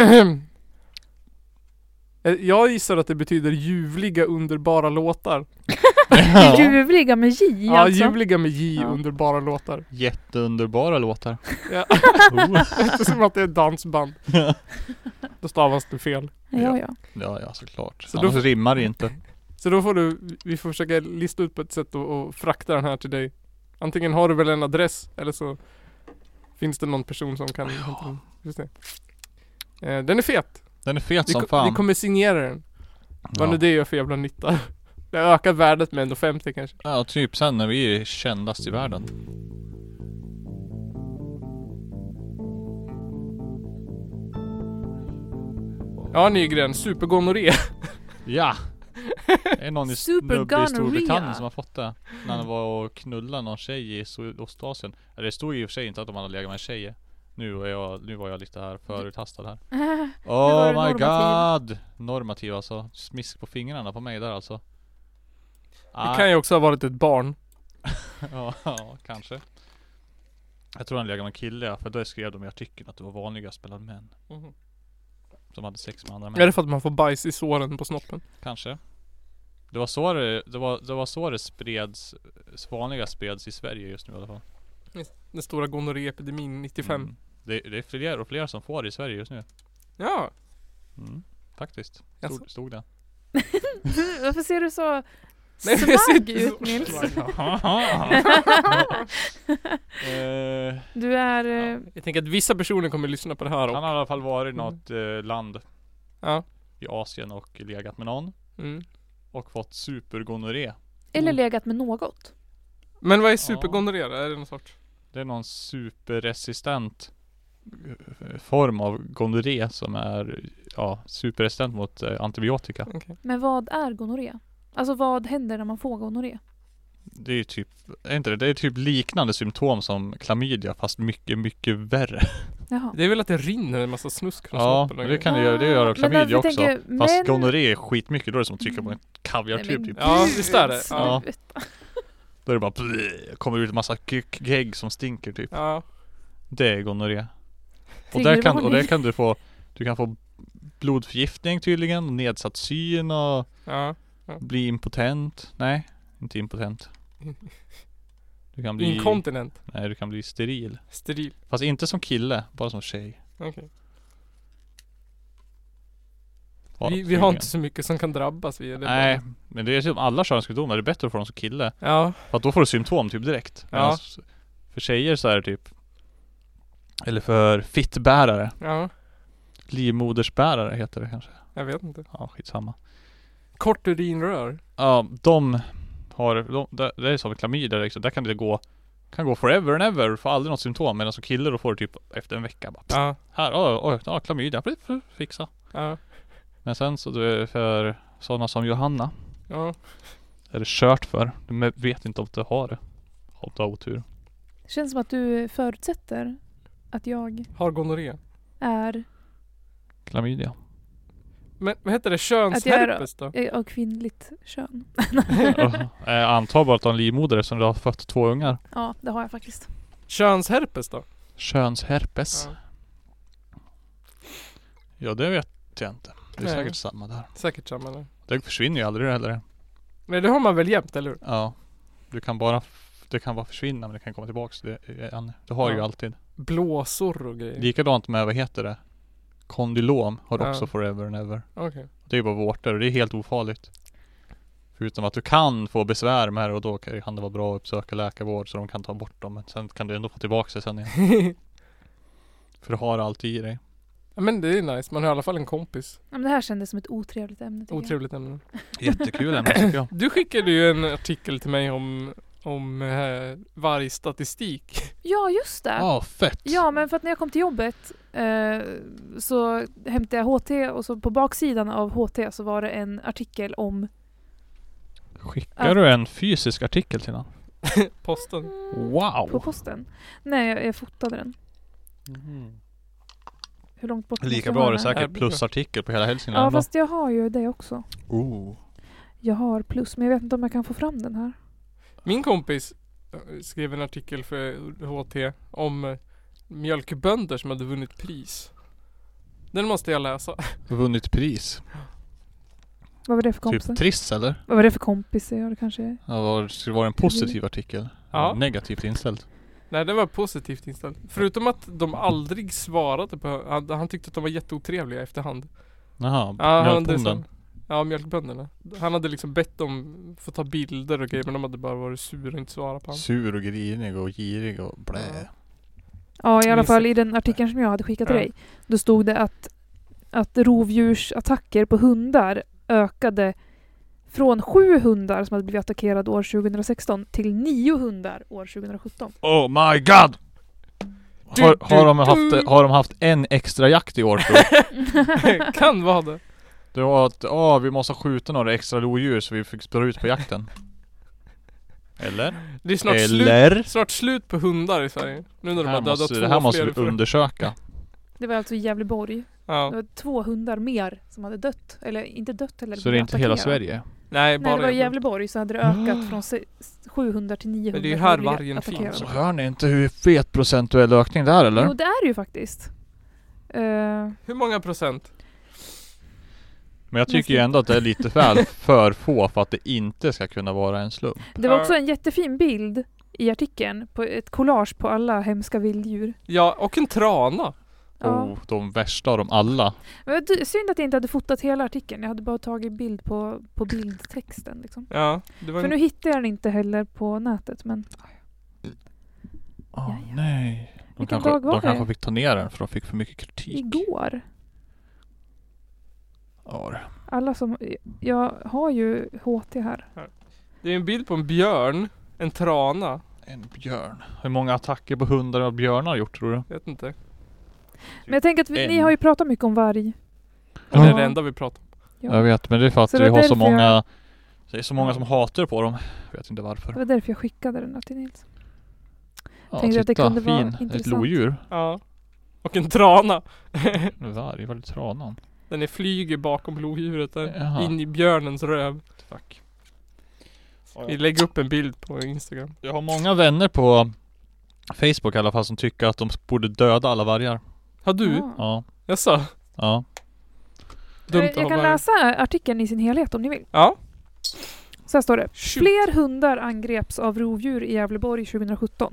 Eh, jag gissar att det betyder ljuvliga underbara låtar. Ljuvliga med J Ja, alltså. ljuvliga med J Ja. underbara låtar. Jätteunderbara låtar. Ja. Oh. Det är som att det är ett dansband. Då stavas det fel. Ja, ja. Ja, ja, såklart. Så Så då Annars får- rimmar det inte. Så då får du, vi får försöka lista ut på ett sätt och, och frakta den här till dig. Antingen har du väl en adress eller så finns det någon person som kan hämta den. Just det. Eh, den är fet. Den är fet Vi, som ko- fan. vi kommer signera den. Vad ja. nu det gör för jävla nytta. Det ökar värdet med ändå femtio kanske. Ja, typ sen när vi är kändast i världen. Ja, Nygren, supergonorré. Ja! Det är någon i snubbe i Supergonorrhea. Storbritannien som har fått det. När han var och knullade någon tjej i Sydostasien. Eller det stod i och för sig inte att de hade legat med en tjej. Nu var jag, nu var jag lite här förutastad här. var Oh du my normativ. god! Normativ alltså. Smisk på fingrarna på mig där alltså. Det kan ju också ha varit ett barn. ja, ja, kanske. Jag tror han legat med en kille, ja, för då skrev de i artikeln att det var vanligast bland män som hade sex med andra män. Är det för att man får bajs i såren på snoppen? Kanske. Det var så det, det, var, det var så det spreds, vanligast spreds i Sverige just nu i alla fall. Den stora gonorréepidemin nittiofem. Mm. Det, det är fler och fler som får det i Sverige just nu. Ja. Mm. Faktiskt. Jaså? Stod, stod det. Varför ser du så Nej, men jag ser svag inte så ut, Nils? Eh, Du är... eh, Jag tänker att vissa personer kommer lyssna på det här han och... har i alla fall varit i något eh, land Ja. i Asien och legat med någon. Mm. Och fått supergonorré. Eller legat med något. Men vad är supergonorré? Är det någon sorts? Det är någon superresistent eh, form av gonorré som är ja, superresistent mot eh, antibiotika. Okay. Men vad är gonorré? Alltså vad händer när man får gonorré? Det är ju typ, är inte det? Det är typ liknande symptom som klamydia fast mycket, mycket värre. Jaha. Det är väl att det rinner en massa snusk från Ja, snoppen. men det kan det göra, det gör Men klamydia därför också. tänker jag, Fast men- gonorré är skitmycket, då är det som att trycka på en kaviartub Nej, men typ. Ja, gud, visst är det. Ja. sluta. Då är det bara bleh, kommer ut en massa k- gegg som stinker typ. Ja. Det är gonorré. Och där kan, och där kan du få, du kan få blodförgiftning tydligen, och nedsatt syn och Ja. bli impotent. Nej, inte impotent. Du kan bli Inkontinent. Nej, du kan bli steril. Steril. Fast inte som kille, bara som tjej. Okej. Bara Vi, vi tydligen. har inte så mycket som kan drabbas vid det. Nej, bara- men det är som alla könssjukdomar. Det är bättre att få dem som kille. Ja. För att då får du symptom typ direkt. Ja. Medans för tjejer så är det typ, eller för fittbärare, Ja. livmodersbärare heter det kanske. Jag vet inte. Ja, skitsamma. Kort urinrör. Ja, de har, de, det, det är som klamydia liksom. Där kan det gå, kan gå forever and ever, får aldrig något symptom. Medan som killar då får det typ efter en vecka bara, Ja. här, oj, oj, ja, klamydia, fixa. Ja. Men sen så du, för sådana som Johanna Ja. är det kört för. Du vet inte om du har det. Har du otur. Det känns som att du förutsätter att jag Har gonorré. är Klamydia. Men vad heter det? Könsherpes då? är av kvinnligt kön. Jag antar bara att du har en livmoder som du har fött två ungar. Ja, det har jag faktiskt. Könsherpes då? Könsherpes. Ja. Ja, det vet jag inte. Det är Nej. säkert samma där. Säkert samma där. Det försvinner ju aldrig heller. Nej, det har man väl jämt, eller hur? Ja. Du kan bara, det kan bara försvinna men det kan komma tillbaks. Det, är- det har Ja. ju alltid. Blåsor och grejer. Likadant med, vad heter det? Kondylom har Ja. också forever and ever. Okej. Det är ju bara vårtor och det är helt ofarligt. Förutom att du kan få besvär med det och då kan det vara bra att uppsöka läkarvård så de kan ta bort dem. Men sen kan du ändå få tillbaka det sen igen. För du har alltid i dig. Ja, men det är nice. Man har i alla fall en kompis. Ja, men det här kändes som ett otrevligt ämne. tycker jag. Otrevligt ämne. Jättekul ämne tycker jag. Du skickade ju en artikel till mig om om eh, vargstatistik. Ja, just det. Ja, fett. Ja, men för att när jag kom till jobbet eh, så hämtade jag H T och så på baksidan av H T så var det en artikel om Skickar Att- du en fysisk artikel till någon? Posten. på Wow. posten. Nej, jag, jag fotade den. Mm. Hur långt bort måste Lika jag bra ha är det den? säkert plusartikel på hela Ja, Hälsingland. fast jag har ju det också. Oh. Jag har plus, men jag vet inte om jag kan få fram den här. Min kompis eh, skrev en artikel för H T om eh, mjölkbönder som hade vunnit pris. Den måste jag läsa. Vunnit pris. Vad var det för kompisar? Typ trist eller? Vad var det för kompisar? Ja, det kanske... Ja, var, skulle det vara en positiv artikel? Ja. Negativt inställd. Nej, den var positivt inställd. Förutom att de aldrig svarade på... Han, han tyckte att de var jätteotrevliga efterhand. Jaha, Ja, han hade mjölkbonden. så- Ja, mjölkbönderna. Han hade liksom bett dem få ta bilder och grejer, men de hade bara varit sura och inte svarat på honom. Sur och grinig och girig och blä. Ja. Ja, i alla Minns fall jag. i den artikeln som jag hade skickat till Ja. dig. Då stod det att, att rovdjursattacker på hundar ökade från sju hundar som hade blivit attackerade år tjugohundrasexton till nio hundar år tjugohundrasjutton. Oh my god! Du, Har, du, har, de du. haft, har de haft en extra jakt i år tror jag? Kan vara det. Det var att åh, vi måste skjuta några extra lodjur så vi fick spela ut på jakten. Eller? Det är snart slut, Eller? snart slut på hundar i Sverige. Nu när de Det har här dödat måste, två det här måste fler vi för- undersöka. Det var alltså i Gävleborg. Det Ja. var två hundar mer som hade dött. Eller inte dött heller. Så det är inte hela Sverige? Nej, Nej, bara det var i Gävle. Gävleborg så hade det ökat från se- sju hundra till nio hundra. Men det är ju som här hade blivit vargen attackerade. finns. Så hör ni inte hur fet procentuell ökning det är eller? Jo, det är det ju faktiskt. Eh, Hur många procent? Men jag tycker ju ändå att det är lite väl för få för att det inte ska kunna vara en slump. det var Ja. också en jättefin bild i artikeln. På ett collage på alla hemska vilddjur. Ja, och en trana. Ja. Oh, de värsta av dem alla. Men det är synd att jag inte hade fotat hela artikeln. Jag hade bara tagit bild på, på bildtexten. Liksom. Ja, det var För en... nu hittar jag den inte heller på nätet. Men Åh Ja, ja. nej. De Vilken kanske, dag var de det? kanske fick ta ner den för de fick för mycket kritik. igår. Ja, det- Alla som... Jag har ju H T här. Det är en bild på en björn, en trana. en björn. Hur många attacker på hundar och björnar har gjort tror du? Vet inte. Men jag tänker att vi, ni En. har ju pratat mycket om varg. Det är Ja. det enda vi pratar om. Ja. Jag vet, men det är för att Så det vi var har så därför många jag- Det är så många som hatar på dem. Jag vet inte varför. Det var därför jag skickade den här till Nils. Ja, tänkte att det titta, kunde vara fin. Ett intressant. lodjur. Ja. Och en trana. Varg, vad är det tranan? Den är flyger bakom lodjuret där. Jaha. In i björnens röv. Tack. Vi lägger upp en bild på Instagram. Jag har många vänner på Facebook i alla fall som tycker att de borde döda alla vargar. Har du? Ja. Ja. Jaså? Ja. Dumt Jag, att ha jag kan varg. läsa artikeln i sin helhet om ni vill. Ja. Så här står det. Shoot. Fler hundar angreps av rovdjur i Gävleborg tjugohundrasjutton.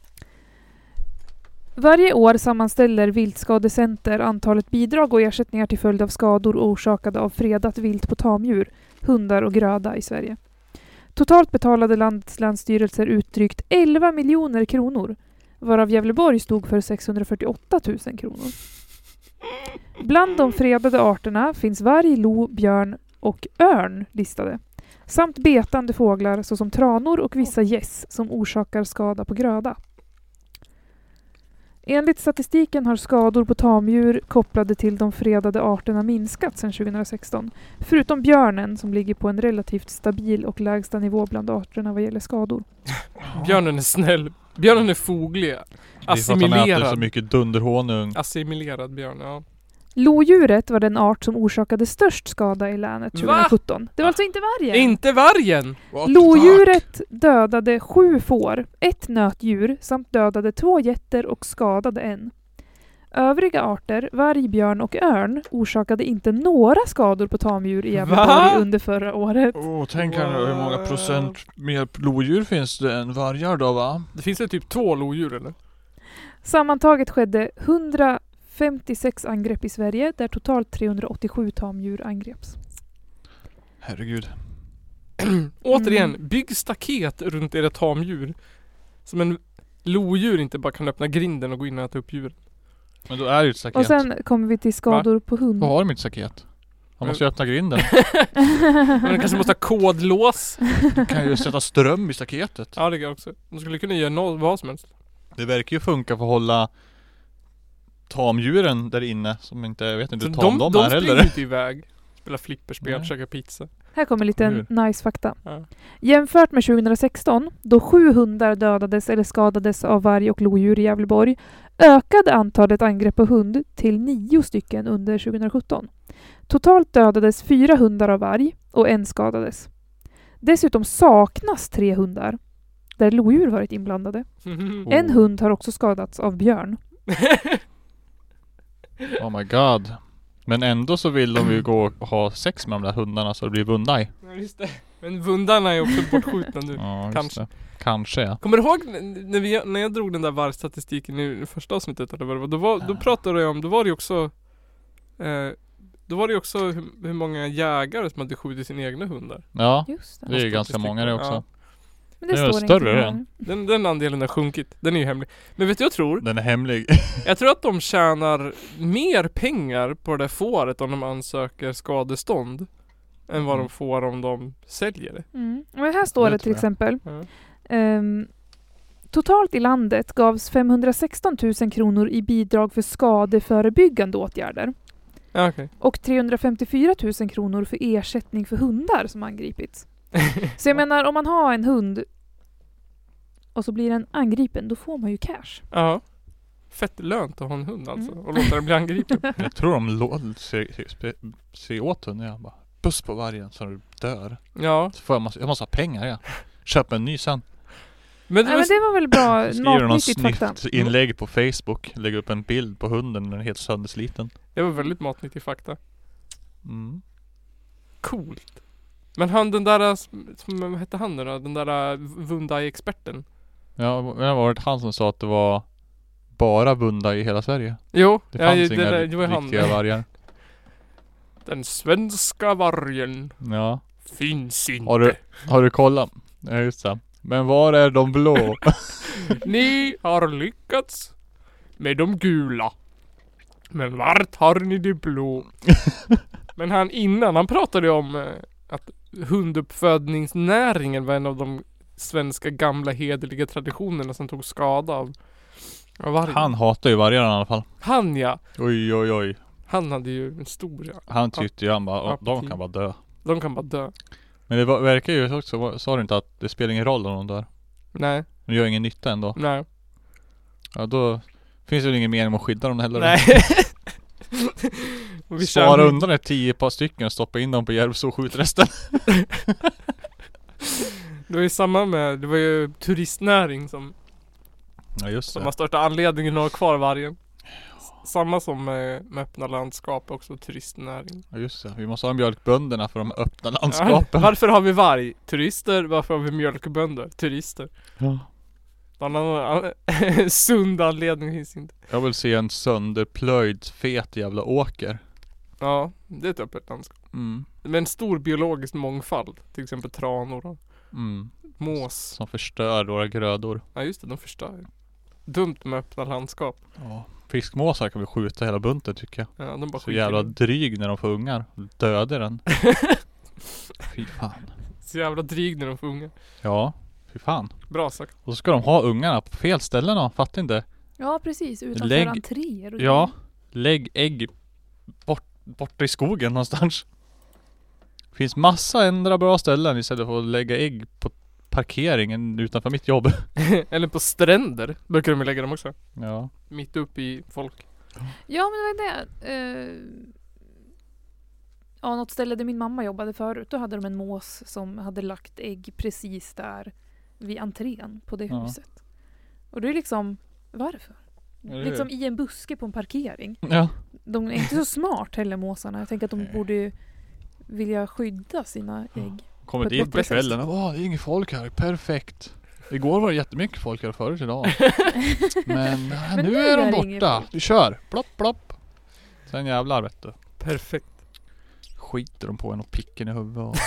Varje år sammanställer Viltskadecenter antalet bidrag och ersättningar till följd av skador orsakade av fredat vilt på tamdjur, hundar och gröda i Sverige. Totalt betalade landets länsstyrelser ut drygt elva miljoner kronor, varav Gävleborg stod för sexhundrafyrtioåtta tusen kronor. Bland de fredade arterna finns varg, lo, björn och örn listade. Samt betande fåglar såsom tranor och vissa gäss som orsakar skada på gröda. Enligt statistiken har skador på tamdjur kopplade till de fredade arterna minskat sedan tjugohundrasexton. Förutom björnen som ligger på en relativt stabil och lägsta nivå bland arterna vad gäller skador. Björnen är snäll. Björnen är foglig. Det är för att han äter så Assimilerad. mycket dunderhonung. Assimilerad björn, ja. Lodjuret var den art som orsakade störst skada i länet tjugohundrasjutton. Det var alltså inte vargen. Inte vargen! Lodjuret dödade sju får, ett nötdjur samt dödade två getter och skadade en. Övriga arter, varg, björn och örn, orsakade inte några skador på tamdjur i Gävleborg Va? under förra året. Åh, oh, tänk här nu hur många procent mer lodjur finns det än vargar då, va? Det finns väl typ två lodjur eller? Sammantaget skedde hundrafemtiosex angrepp i Sverige där totalt trehundraåttiosju tamdjur angreps. Herregud. Återigen, Mm. bygg staket runt era tamdjur. Som en lodjur inte bara kan öppna grinden och gå in och äta upp djur. Men då är det ju ett staket. Och sen kommer vi till skador på hund. Då har de inte staket. Han måste ju öppna grinden. Men de kanske måste ha kodlås. Du kan ju sätta ström i staketet. Ja, det kan jag också. De skulle kunna göra något, vad som helst. Det verkar ju funka för att hålla tamdjuren där inne som inte, jag vet inte hur Så tam de, de, de är springer heller. inte iväg. Spela flipperspel, Nej. käka pizza. Här kommer lite Hur? nice fakta. Ja. Jämfört med tjugohundrasexton, då sju hundar dödades eller skadades av varg och lodjur i Gävleborg, ökade antalet angrepp på hund till nio stycken under tjugohundrasjutton. Totalt dödades fyra hundar av varg och en skadades. Dessutom saknas tre hundar, där lodjur varit inblandade. Oh. En hund har också skadats av björn. Oh my god. Men ändå så vill de ju gå och ha sex med de där hundarna så det blir vundaj. Ja, just det. Men vundarna är också bortskjutna nu. Ja, just Kanske. det. Kanske ja. Kommer du ihåg n- när, vi, när jag drog den där vargstatistiken i det första avsnittet eller vad det var, då, var, då pratade jag om, då var det ju också eh, Då var det ju också hur, hur många jägare som hade skjutit sina egna hundar. Ja, Just det. det är ju ganska statistik många på det det. också. Ja. Men det det är står större inte här. än. Den, den andelen har sjunkit. Den är ju hemlig. Men vet du jag tror? Den är hemlig. Jag tror att de tjänar mer pengar på det där fåret om de ansöker skadestånd än vad Mm. de får om de säljer det. Mm. Men här står Det det tror till jag. exempel. Ja. Ehm, totalt i landet gavs femhundrasexton tusen kronor i bidrag för skadeförebyggande åtgärder. Ja, okej. Och trehundrafemtiofyra tusen kronor för ersättning för hundar som angripits. Så jag menar, om man har en hund och så blir den angripen, då får man ju cash. Ja. Fett lönt att ha en hund alltså. Mm. Och låta den bli angripen. Jag tror de lå- ser, ser, ser, ser åt hunden. Jag bara, buss på vargen så du dör. Ja. Så får jag, massa, jag måste ha pengar ja. Köp en ny sen. Men det Nej, var men det var väl bra Skriver någon matnyttigt fakta. snyft inlägg på Facebook. Lägger upp en bild på hunden när den är helt söndersliten. Det var väldigt matnyttig fakta. Mm. Coolt. Men han den där, som, vad hette han nu då? Den där Vundai-experten. Ja, det var det han som sa att det var bara vunda i hela Sverige. Jo, Det ja, fanns det, inga det, det var han. riktiga vargar. Den svenska vargen Ja. finns inte. Har du, har du kollat? Ja just det. Men var är de blå? Ni har lyckats med de gula. Men vart har ni det blå? Men han innan, han pratade om eh, att hunduppfödningsnäringen var en av de svenska gamla hederliga traditionerna som tog skada av, av vargen. Han hatar ju vargar i alla fall. Han ja. Oj oj oj. Han hade ju en stor ja. Han tyckte ju han bara, Ja, "Åh, de precis. kan bara dö. De kan bara dö. Men det var, verkar ju också, sa du inte att det spelar ingen roll om de dör? Nej, De gör ingen nytta ändå. nej. Ja då finns det väl ingen mening med att skydda dem heller. Nej. Och vi Svara kör- undan ett tio par stycken och stoppa in dem på Järvsö och skjut resten. Det var ju samma med, det var ju turistnäring som, Ja just som det. har största anledningen att ha kvar vargen. S- Samma som med, med öppna landskap också, turistnäring. Ja just det. Vi måste ha mjölkbönderna för de öppna Ja, landskapen. varför har vi varg? Turister. Varför har vi mjölkbönder? Turister. Ja. Någon annan sund anledning finns inte. Jag vill se en sönderplöjd fet jävla åker. Ja, det är ett öppet landskap. Mm. Med en stor biologisk mångfald. Till exempel tranor och Mm. mås. Som förstör våra grödor. Ja just det, de förstör ju. dumt med öppna landskap. Ja. Fiskmåsar kan vi skjuta hela bunten tycker jag. Ja, de bara Så skiter jävla i det. dryg när de får ungar. Dödar den. Fy fan. Så jävla dryg när de får unga. Ja, fy fan. Bra sagt. Och så ska de ha ungarna på fel ställen då. Fattar inte. Ja, precis. Utanför Lägg- entréer. Och Ja. Lägg ägg bort, borta i skogen någonstans. Finns massa ändra bra ställen istället för att lägga ägg på parkeringen utanför mitt jobb. Eller på stränder brukar de ju lägga dem också. Ja. Mitt upp i folk. Ja, men det var det. Eh, ja, något ställe där min mamma jobbade förut. Då hade de en mås som hade lagt ägg precis där vid entrén på det Ja. huset. Och det är liksom, varför? Ja, det är- Liksom i en buske på en parkering. Ja. De är inte så smart heller, måsarna. Jag tänker att de Nej. borde ju vilja skydda sina ägg. Kommer På ett dit på bättre sätt. kvällen och åh, det är inget folk här. Perfekt. Igår var det jättemycket folk här förut idag. Men, äh, Men nu nu är de är det inget borta. folk. Vi kör. Plopp, plopp. Sen jävlar vet du. Perfekt. Skiter de på en och picken i huvudet. Och...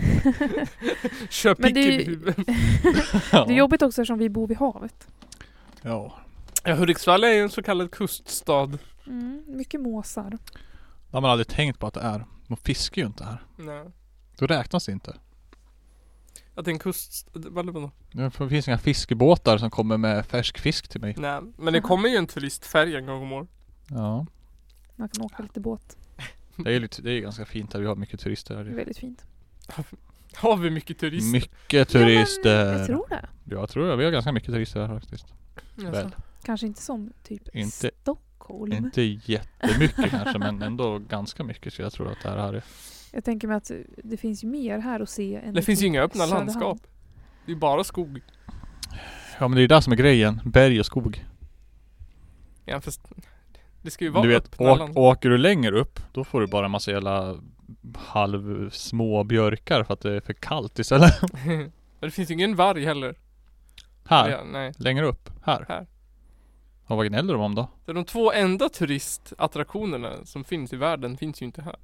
Kör Men det picken är i huvudet. ja. Det är jobbigt också eftersom vi bor vid havet. Ja. Ja, Hudiksvall är ju en så kallad kuststad. Mm, mycket måsar. Det har man aldrig tänkt på att det är. Man fiskar ju inte här. Nej. Då räknas det inte. Att det är en kust... Vad är det då? Det finns inga fiskebåtar som kommer med färsk fisk till mig. Nej, men det kommer ju en turistfärja en gång om år. Ja. Man kan åka lite båt. Det är lite, det är ganska fint här. Vi har mycket turister Det är här. väldigt fint. Har vi mycket turister? Mycket turister. Ja, men jag tror det. Jag tror det. Vi har ganska mycket turister här faktiskt. Jaså. Väl. Kanske inte som typ Inte- Stockholm. Inte jättemycket kanske, men ändå ganska mycket, så jag tror att det här är. Jag tänker mig att det finns ju mer här att se än Det i finns ju typ inga öppna Söderhamn. landskap. Det är bara skog. Ja, men det är det som är grejen. Berg och skog. Ja, fast det ska ju vara Du vet, öppna åk, land. åker du längre upp, då får du bara en massa jävla halv små björkar för att det är för kallt istället. Det finns ju ingen varg heller. Här, Ja, nej. längre upp. Här. Här. Och vad gnäller de om då? Så de två enda turistattraktionerna som finns i världen finns ju inte här.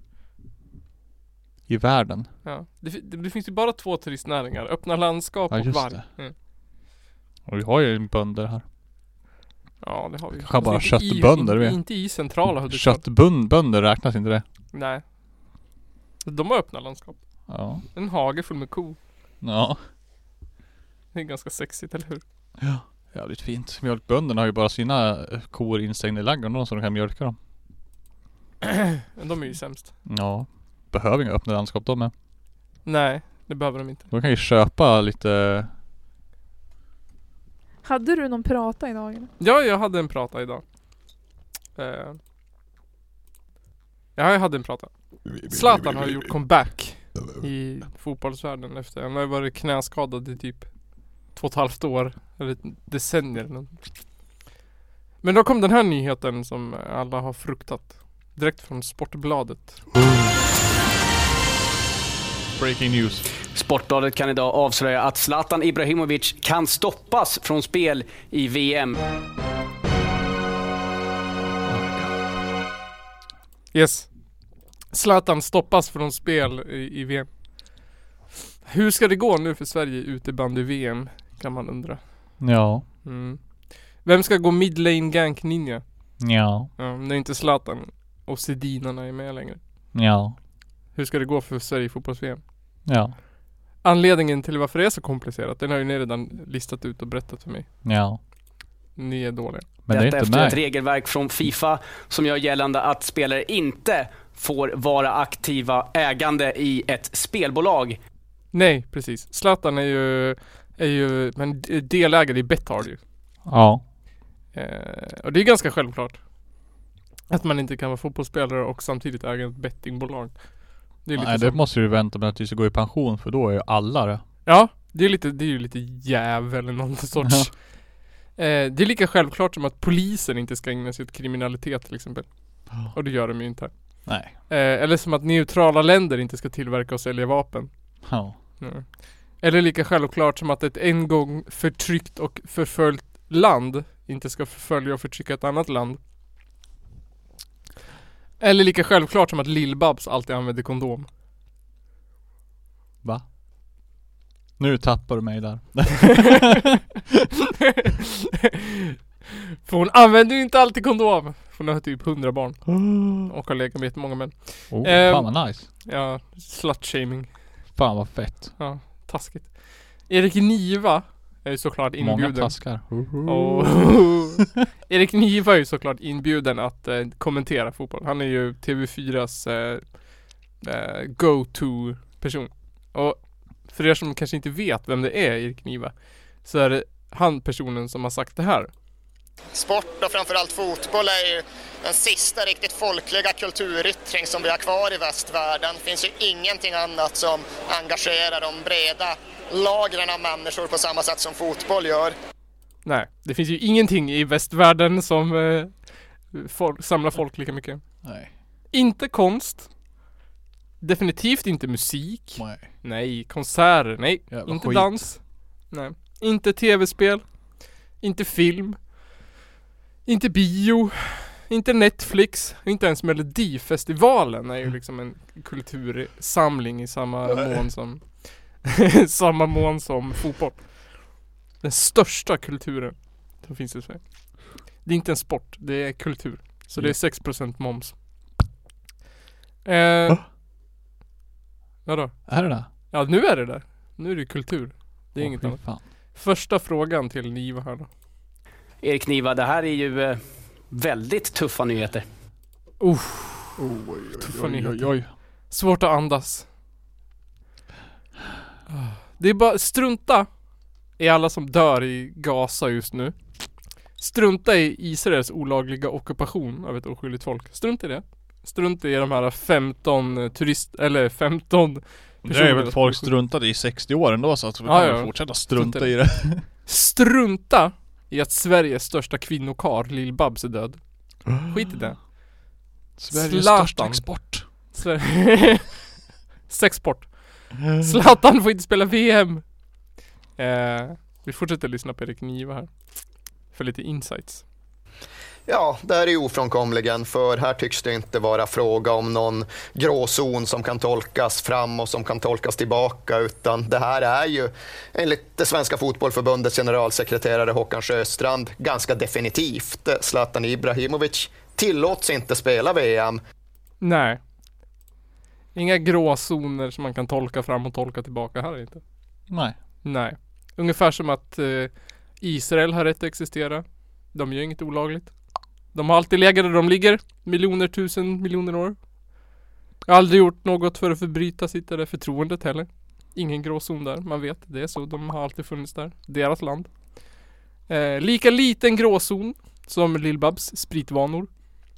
I världen. Ja. Det, fi- det, det finns ju bara två turistnäringar. Öppna landskap Ja, och just varg. det. Mm. Och vi har ju bönder här. Ja, det har vi. Kanske bara Fast inte i- köttbönder, inte, vi. inte i centrala Hudiksvall. Köttbönder räknas inte det? Nej. De har öppna landskap. Ja. En hage full med ko. Ja. Det är ganska sexigt, eller hur? Ja. Jävligt fint. Mjölkbönderna har ju bara sina eh, kor instängda i ladugården så de kan mjölka dem. Men de är ju sämst. Ja. Behöver inga öppna landskap de med. Nej, det behöver de inte. De kan ju köpa lite. Hade du någon prata idag eller? Ja, jag hade en prata idag. Eh. Ja, jag hade en prata. Zlatan har gjort comeback i fotbollsvärlden efter. Han har ju varit knäskadad i typ två och ett halvt år. Eller ett decennier eller något. Men då kom den här nyheten som alla har fruktat. Direkt från Sportbladet. Breaking news. Sportbladet kan idag avslöja att Zlatan Ibrahimovic kan stoppas från spel i V M. Yes. Zlatan stoppas från spel i, i V M. Hur ska det gå nu för Sverige ute bland i V M? Kan man undra. Ja. Mm. Vem ska gå midlane gank ninja? Ja. Ja, när inte Zlatan och Sedinarna är med längre. Ja. Hur ska det gå för Sverige i fotbolls-V M? Ja. Anledningen till varför det är så komplicerat, den har ju ni redan listat ut och berättat för mig. Ja. Ni är dåliga. Men det är Detta inte efter med. ett regelverk från FIFA som gör gällande att spelare inte får vara aktiva ägande i ett spelbolag. Nej, precis. Zlatan är ju, är ju men delägare i Betthard ju. Ja. Eh, och det är ganska självklart. Att man inte kan vara fotbollsspelare och samtidigt äga ett bettingbolag. Det är lite Nej, så. det måste du vänta med att du ska gå i pension, för då är ju alla det. Ja, det är lite, det är ju lite jävel eller någon sorts. Eh, det är lika självklart som att polisen inte ska ägna sig åt kriminalitet till exempel. Och det gör de ju inte. Nej. Eh, eller som att neutrala länder inte ska tillverka och sälja vapen. Ja. Mm. Eller lika självklart som att ett en gång förtryckt och förföljt land inte ska förfölja och förtrycka ett annat land. Eller lika självklart som att Lill-Babs alltid använder kondom. Va? Nu tappar du mig där. För hon använder ju inte alltid kondom. För hon har typ hundra barn. Och har legat med många män. Oh, Ehm, fan vad nice. Ja, slut-shaming. Fan vad fett. Ja, taskigt. Erik Niva är ju såklart inbjuden. Många taskar. Och Erik Niva är ju såklart inbjuden att eh, kommentera fotboll. Han är ju T V fyras eh, eh, go-to-person. Och för er som kanske inte vet vem det är, Erik Niva, så är det han personen som har sagt det här. Sport och framförallt fotboll är ju den sista riktigt folkliga kulturyttring som vi har kvar i västvärlden. Det finns ju ingenting annat som engagerar de breda lagren av människor på samma sätt som fotboll gör. Nej, det finns ju ingenting i västvärlden som eh, folk, samlar folk lika mycket. Nej. Inte konst. Definitivt inte musik. Nej. Nej, konserter. Nej, Jävla inte skit. dans. Nej, inte tv-spel. Inte film. Inte bio. Inte Netflix. Inte ens Melodifestivalen är ju liksom en kultursamling i samma mån som samma mån som fotboll. Den största kulturen som finns i Sverige. Det är inte en sport, det är kultur. Så det är sex procent moms. Eh, Va? Vadå? Är det det? Ja, nu är det där. Nu är det kultur. Det är Åh, inget fy annat. fan. Första frågan till Niva här då. Erik Niva, det här är ju eh, väldigt tuffa nyheter. Oh, Oj, oj, Tuffa oj, oj, nyheter. oj. svårt att andas. Det är bara strunta i alla som dör i Gaza just nu. Strunta i Israels olagliga ockupation av ett oskyldigt folk. Strunta i det. Strunta i de här femton turist eller femton Det är väl folk struntade i sextio år ändå, så att vi kan Ja, väl ja. fortsätta strunta Strunta i i det. Strunta i att Sveriges största kvinnokar Lill-Babs är död. Skit i det. Sveriges Zlatan. största export. Sver- Sexport. Zlatan får inte spela V M. Eh, vi fortsätter lyssna på Erik Niva här. För lite insights. Ja, det är ju ofrånkomligen, för här tycks det inte vara fråga om någon gråzon som kan tolkas fram och som kan tolkas tillbaka, utan det här är ju enligt det Svenska fotbollförbundets generalsekreterare Håkan Sjöstrand ganska definitivt. Zlatan Ibrahimovic tillåts inte spela V M. Nej. Inga gråzoner som man kan tolka fram och tolka tillbaka här inte. Nej. Nej. Ungefär som att eh, Israel har rätt att existera. De gör inget olagligt. De har alltid legat där de ligger. Miljoner, tusen miljoner år. Jag har aldrig gjort något för att förbryta sitt där förtroendet heller. Ingen gråzon där. Man vet, det är så. De har alltid funnits där. Deras land. Eh, lika liten gråzon som Lill-Babs spritvanor.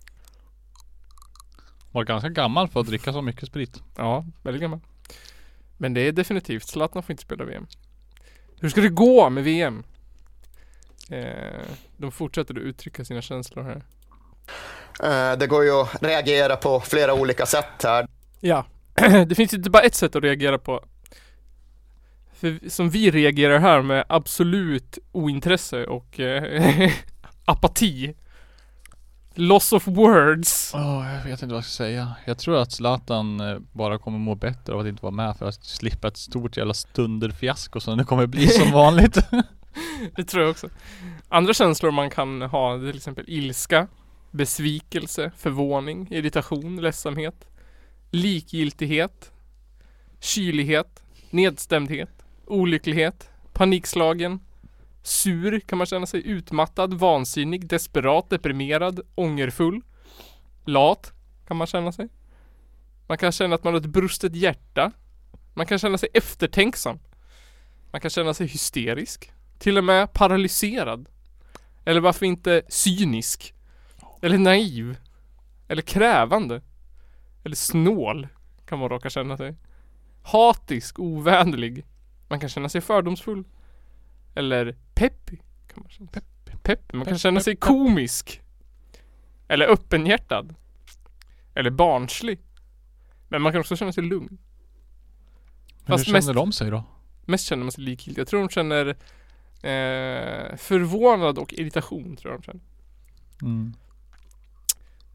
Var ganska gammal för att dricka så mycket sprit. Ja, väldigt gammal. Men det är definitivt. Zlatan får inte spela V M. Hur ska det gå med V M? Eh, de fortsätter att uttrycka sina känslor här. Eh, Det går ju att reagera på flera olika sätt här. Ja, det finns inte bara ett sätt att reagera på. För som vi reagerar här med absolut ointresse och eh, apati. Loss of words. Åh, jag vet inte vad jag ska säga. Jag tror att Zlatan eh, bara kommer må bättre av att inte vara med, för att slippa ett stort jävla stunderfiasko som det kommer bli som vanligt. Det tror jag också. Andra känslor man kan ha, det är till exempel ilska, besvikelse, förvåning, irritation, ledsamhet, likgiltighet, kylighet, nedstämdhet, olycklighet, panikslagen, sur kan man känna sig, utmattad, vansinnig, desperat, deprimerad, ångerfull, lat kan man känna sig. Man kan känna att man har ett brustet hjärta. Man kan känna sig eftertänksam. Man kan känna sig hysterisk. Till och med paralyserad. Eller varför inte cynisk. Eller naiv. Eller krävande. Eller snål kan man råka känna sig. Hatisk, ovänlig. Man kan känna sig fördomsfull. Eller peppig kan man känna sig. Pepp. Man kan känna sig komisk. Eller öppenhjärtad. Eller barnslig. Men man kan också känna sig lugn. Men Fast hur mest- känner de sig då? Mest Mest känner man sig likgiltig. Jag tror de känner eh, förvånad och irritation tror jag de känner. Mm.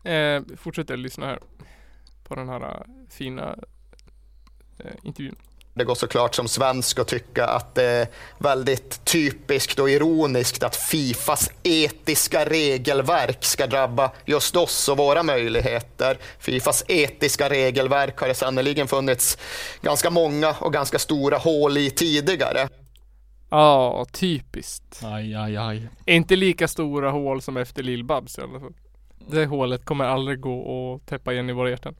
Eh, fortsätter lyssna här på den här uh, fina uh, intervjun. Det går såklart som svensk att tycka att det är väldigt typiskt och ironiskt att Fifas etiska regelverk ska drabba just oss och våra möjligheter. Fifas etiska regelverk har det sannoliken funnits ganska många och ganska stora hål i tidigare. Ja, typiskt. Aj, aj, aj. Inte lika stora hål som efter Lill-Babs i alla fall. Det hålet kommer aldrig gå att täppa igen i våra hjärtan.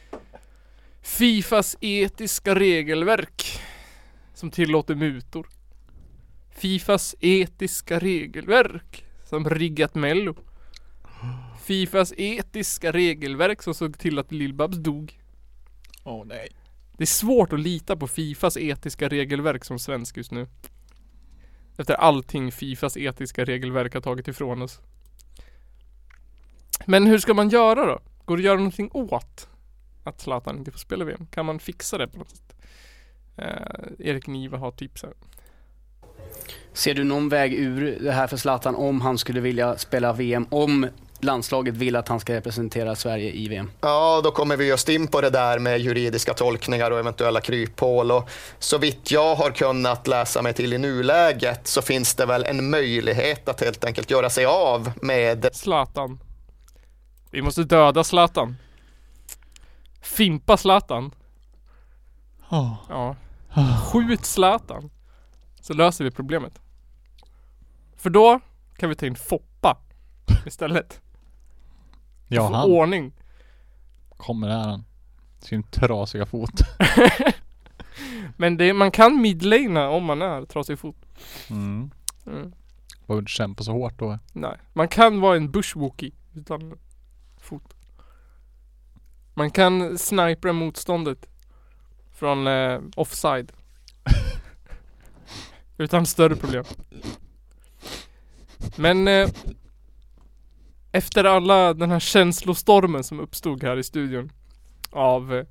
Fifas etiska regelverk som tillåter mutor. Fifas etiska regelverk som riggat Mello. Fifas etiska regelverk som såg till att Lill-Babs dog. Åh oh, nej. Det är svårt att lita på Fifas etiska regelverk som svensk just nu. Efter allting Fifas etiska regelverk har tagit ifrån oss. Men hur ska man göra då? Går det att göra någonting åt att Zlatan inte får spela V M? Kan man fixa det på något sätt? Eh, Erik Niva har tips här. Ser du någon väg ur det här för Zlatan om han skulle vilja spela V M? Om landslaget vill att han ska representera Sverige i V M? Ja, då kommer vi just in på det där med juridiska tolkningar och eventuella kryphål. Och så vitt jag har kunnat läsa mig till i nuläget så finns det väl en möjlighet att helt enkelt göra sig av med Zlatan. Vi måste döda Zlatan. Fimpa Zlatan. Oh. Ja. Skjut Zlatan. Så löser vi problemet. För då kan vi ta in Foppa istället. Ja, Få han ordning. kommer där han. Sin trasiga fot. Men det, man kan midlana om man är trasig fot. Mm. Mm. Behöver inte kämpa så hårt då. Nej. Man kan vara en bushwookie utan fot. Man kan snipra motståndet från eh, offside. Utan större problem. Men eh, efter alla den här känslostormen som uppstod här i studion av eh,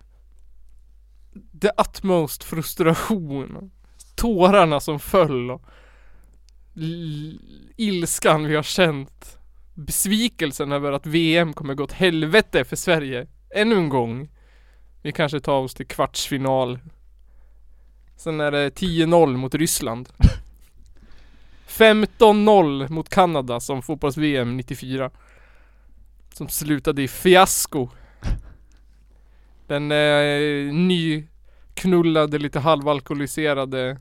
the utmost frustration, tårarna som föll och l- ilskan vi har känt, besvikelsen över att V M kommer gå åt helvete för Sverige ännu en gång. Vi kanske tar oss till kvartsfinal. Sen är det tio noll mot Ryssland. femton noll mot Kanada som fotbolls-V M nittiofyra. Som slutade i fiasko. Den eh, nyknullade, lite halvalkoholiserade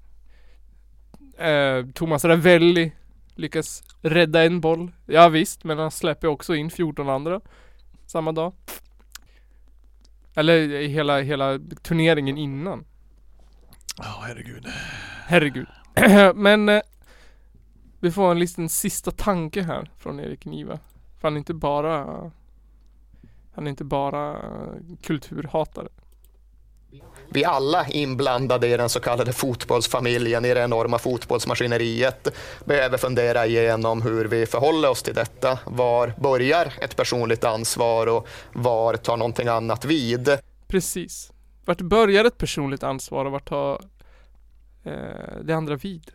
eh, Thomas Ravelli lyckas rädda en boll. Ja visst, men han släpper också in fjorton andra samma dag. Eller hela, hela turneringen innan. Ja, oh, herregud. Herregud. Men eh, vi får en liten sista tanke här från Erik Niva. För han är inte bara Han är inte bara kulturhatare. Vi alla inblandade i den så kallade fotbollsfamiljen, i det enorma fotbollsmaskineriet, behöver fundera igenom hur vi förhåller oss till detta. Var börjar ett personligt ansvar och var tar någonting annat vid? Precis. Vart börjar ett personligt ansvar och vart tar eh, det andra vid?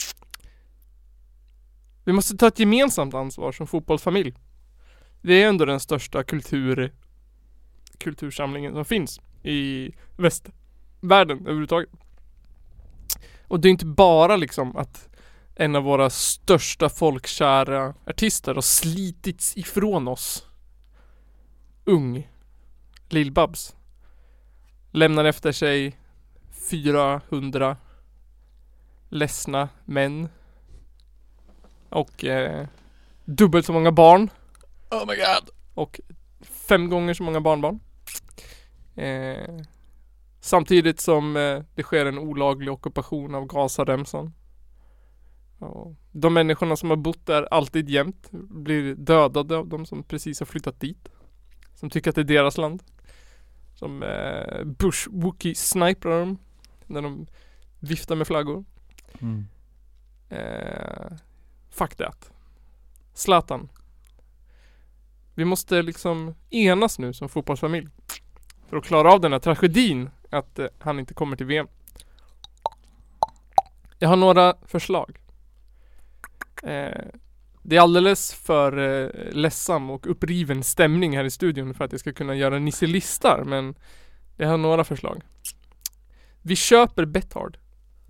Vi måste ta ett gemensamt ansvar som fotbollsfamilj. Det är ändå den största kultur kultursamlingen som finns i västvärlden överhuvudtaget. Och det är inte bara liksom att en av våra största folkkära artister har slitits ifrån oss. Ung Lill-Babs lämnar efter sig fyrahundra ledsna män och eh, dubbelt så många barn. Oh my god. Och fem gånger så många barnbarn. Eh, samtidigt som eh, det sker en olaglig ockupation av Gazaremsan. Och de människorna som har bott där alltid jämt blir dödade av de som precis har flyttat dit. Som tycker att det är deras land. Som eh, Bush Wookie sniprar dem när de viftar med flaggor. Mm. Eh, fuck that. Zlatan. Vi måste liksom enas nu som fotbollsfamilj för att klara av den här tragedin att eh, han inte kommer till V M. Jag har några förslag. Eh, det är alldeles för eh, ledsam och uppriven stämning här i studion för att jag ska kunna göra nisselistar, men jag har några förslag. Vi köper Betthard.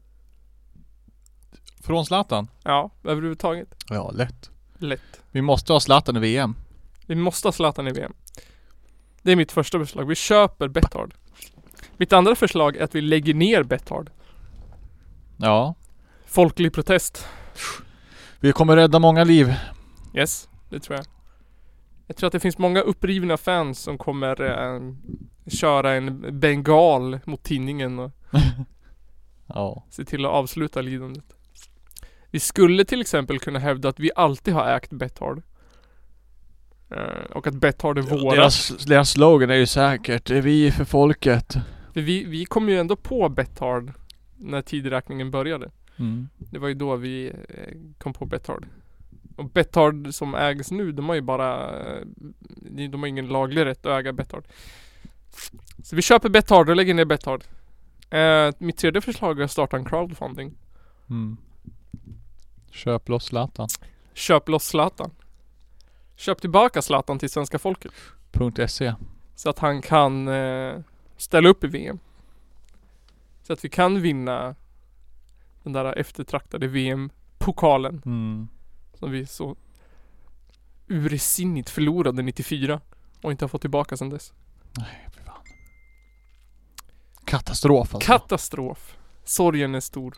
Från Zlatan? Ja, överhuvudtaget. Ja, lätt. Lätt. Vi måste ha Zlatan i V M. Vi måste ha Zlatan i V M. Det är mitt första förslag. Vi köper Betthard. Mitt andra förslag är att vi lägger ner Betthard. Ja. Folklig protest. Vi kommer rädda många liv. Yes, det tror jag. Jag tror att det finns många upprivna fans som kommer eh, köra en bengal mot tidningen och Ja. se till att avsluta lidandet. Vi skulle till exempel kunna hävda att vi alltid har ägt Betthard. Eh, och att Betthard är våra. Deras, deras slogan är ju säkert, det är vi för folket. För vi, vi kom ju ändå på Betthard när tidräkningen började. Mm. Det var ju då vi eh, kom på Betthard. Och Betthard som ägs nu, de har ju bara eh, de har ingen laglig rätt att äga Betthard. Så vi köper Betthard och lägger ner Betthard. Eh, mitt tredje förslag är att starta en crowdfunding. Mm. Köp loss Zlatan. Köp loss Zlatan. Köp tillbaka Zlatan till svenska folket. .se. Så att han kan eh, ställa upp i V M. Så att vi kan vinna den där eftertraktade V M-pokalen. Mm. Som vi så ursinnigt förlorade nittiofyra. Och inte har fått tillbaka sedan dess. Nej, för fan. Katastrof alltså. Katastrof. Sorgen är stor.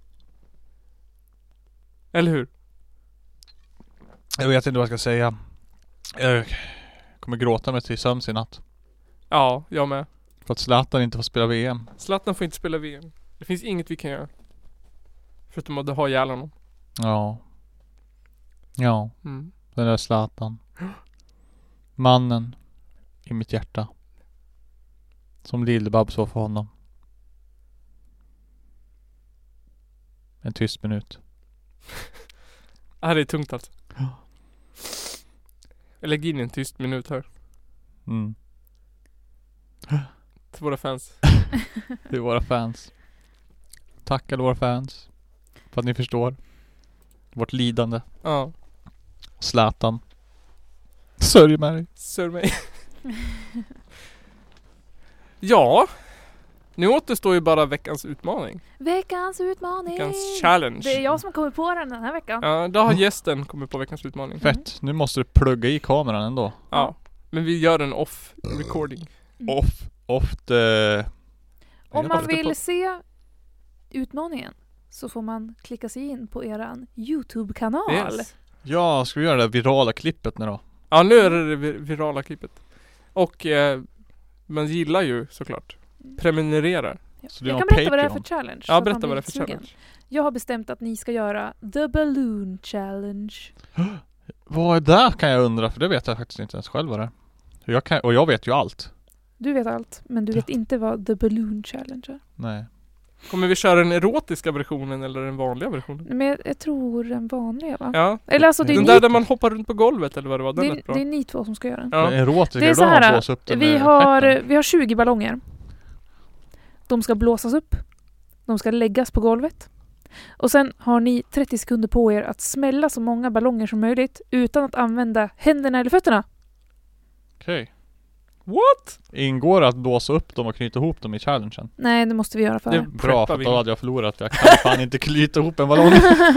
Eller hur? Jag vet inte vad jag ska säga. Jag kommer gråta mig till sömns i natt. Ja, jag med. För att Zlatan inte får spela V M. Zlatan får inte spela V M. Det finns inget vi kan göra. Förutom att ha ihjäl honom. Ja. Ja. Mm. Den där Zlatan. Mannen i mitt hjärta. Som Lill-Babs var för honom. En tyst minut. Det här är tungt alltså. Ja. Jag lägger in en tyst minut här. Mm. Till våra fans. Det är våra fans. Tack alla våra fans. För att ni förstår. Vårt lidande. Ja. Zlatan. Sörj med dig. Sör mig. Ja. Nu återstår ju bara veckans utmaning. Veckans utmaning! Veckans challenge. Det är jag som kommer på den den här veckan. Ja, då har gästen kommit på veckans utmaning. Fett. Nu måste du plugga i kameran ändå. Ja. Men vi gör en off recording. Off. Off the... Om man Ofta på- vill se utmaningen så får man klicka sig in på eran YouTube-kanal. Yes. Ja, ska vi göra det där virala klippet nu då? Ja, nu är det det vir- virala klippet. Och eh, man gillar ju såklart. Prenumererar. Ja. Så det är Jag någon kan berätta vad det är Patreon. för challenge. så Ja, att man berätta blir vad det är för sugen. challenge. Jag har bestämt att ni ska göra The Balloon Challenge. Vad är det kan jag undra, för det vet jag faktiskt inte ens själv vad det är. Jag kan, och jag vet ju allt. Du vet allt, men du vet inte vad The Balloon Challenge är. Nej. Kommer vi köra den erotiska versionen eller den vanliga versionen? Men jag, jag tror den vanliga va? Ja. Eller alltså det är, Den ni, där där man hoppar runt på golvet eller vad det var, den det, lät bra. det är ni två som ska göra den. Ja. Men erotiska, Det är då så har man här, blåst upp den vi med har, peppen. vi har tjugo ballonger. De ska blåsas upp. De ska läggas på golvet. Och sen har ni trettio sekunder på er att smälla så många ballonger som möjligt utan att använda händerna eller fötterna. Okej. What? Ingår att blåsa upp dem och knyta ihop dem i challengen? Nej, det måste vi göra för Det- det. Bra, för vi. då hade jag förlorat. För jag kan fan inte knyta ihop en ballong.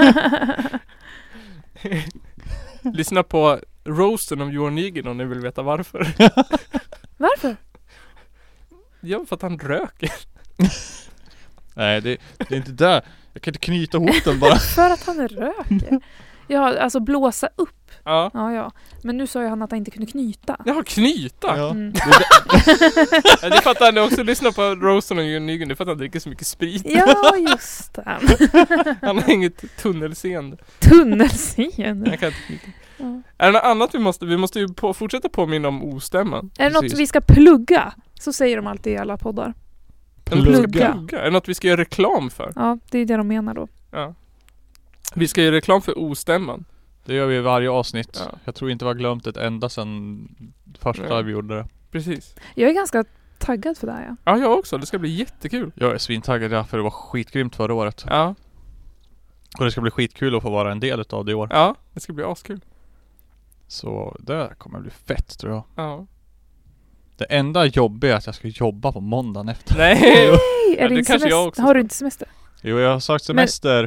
Lyssna på roasten om Johan Nygren om ni vill veta varför. Varför? Ja, för att han röker. Nej, det, det är inte där. Jag kan inte knyta ihop den bara. För att han röker. Ja, alltså blåsa upp. Ja. Ja, ja. Men nu sa ju han att han inte kunde knyta. Ja, knyta. Ja. Mm. Ja, det är för att han också lyssnar på roasten om Johan Nygren. Det är för att han dricker så mycket sprit. Ja, just det. Han har inget tunnelseende. Tunnelseende. Han kan inte knyta. Ja. Är det något annat vi måste? Vi måste ju på, fortsätta påminna om ostämman. Är det något Precis. vi ska plugga? Så säger de alltid i alla poddar. Eller vi ska Plugga. plugga. Är det något vi ska göra reklam för? Ja, det är det de menar då. Ja. Vi ska göra reklam för ostämman. Det gör vi i varje avsnitt. Ja. Jag tror inte vi har glömt ett enda sedan första Nej. vi gjorde det. Precis. Jag är ganska taggad för det här. Ja. Ja, jag också. Det ska bli jättekul. Jag är svintaggad där, för det var skitgrymt förra året. Ja. Och det ska bli skitkul att få vara en del av det i år. Ja, det ska bli askul. Så det kommer bli fett, tror jag. Ja. Det enda jobbiga är att jag ska jobba på måndagen efter. Nej! Nej, Ja, är det din kanske jag semester? också Har ska. du inte semester? Jo, jag har sagt semester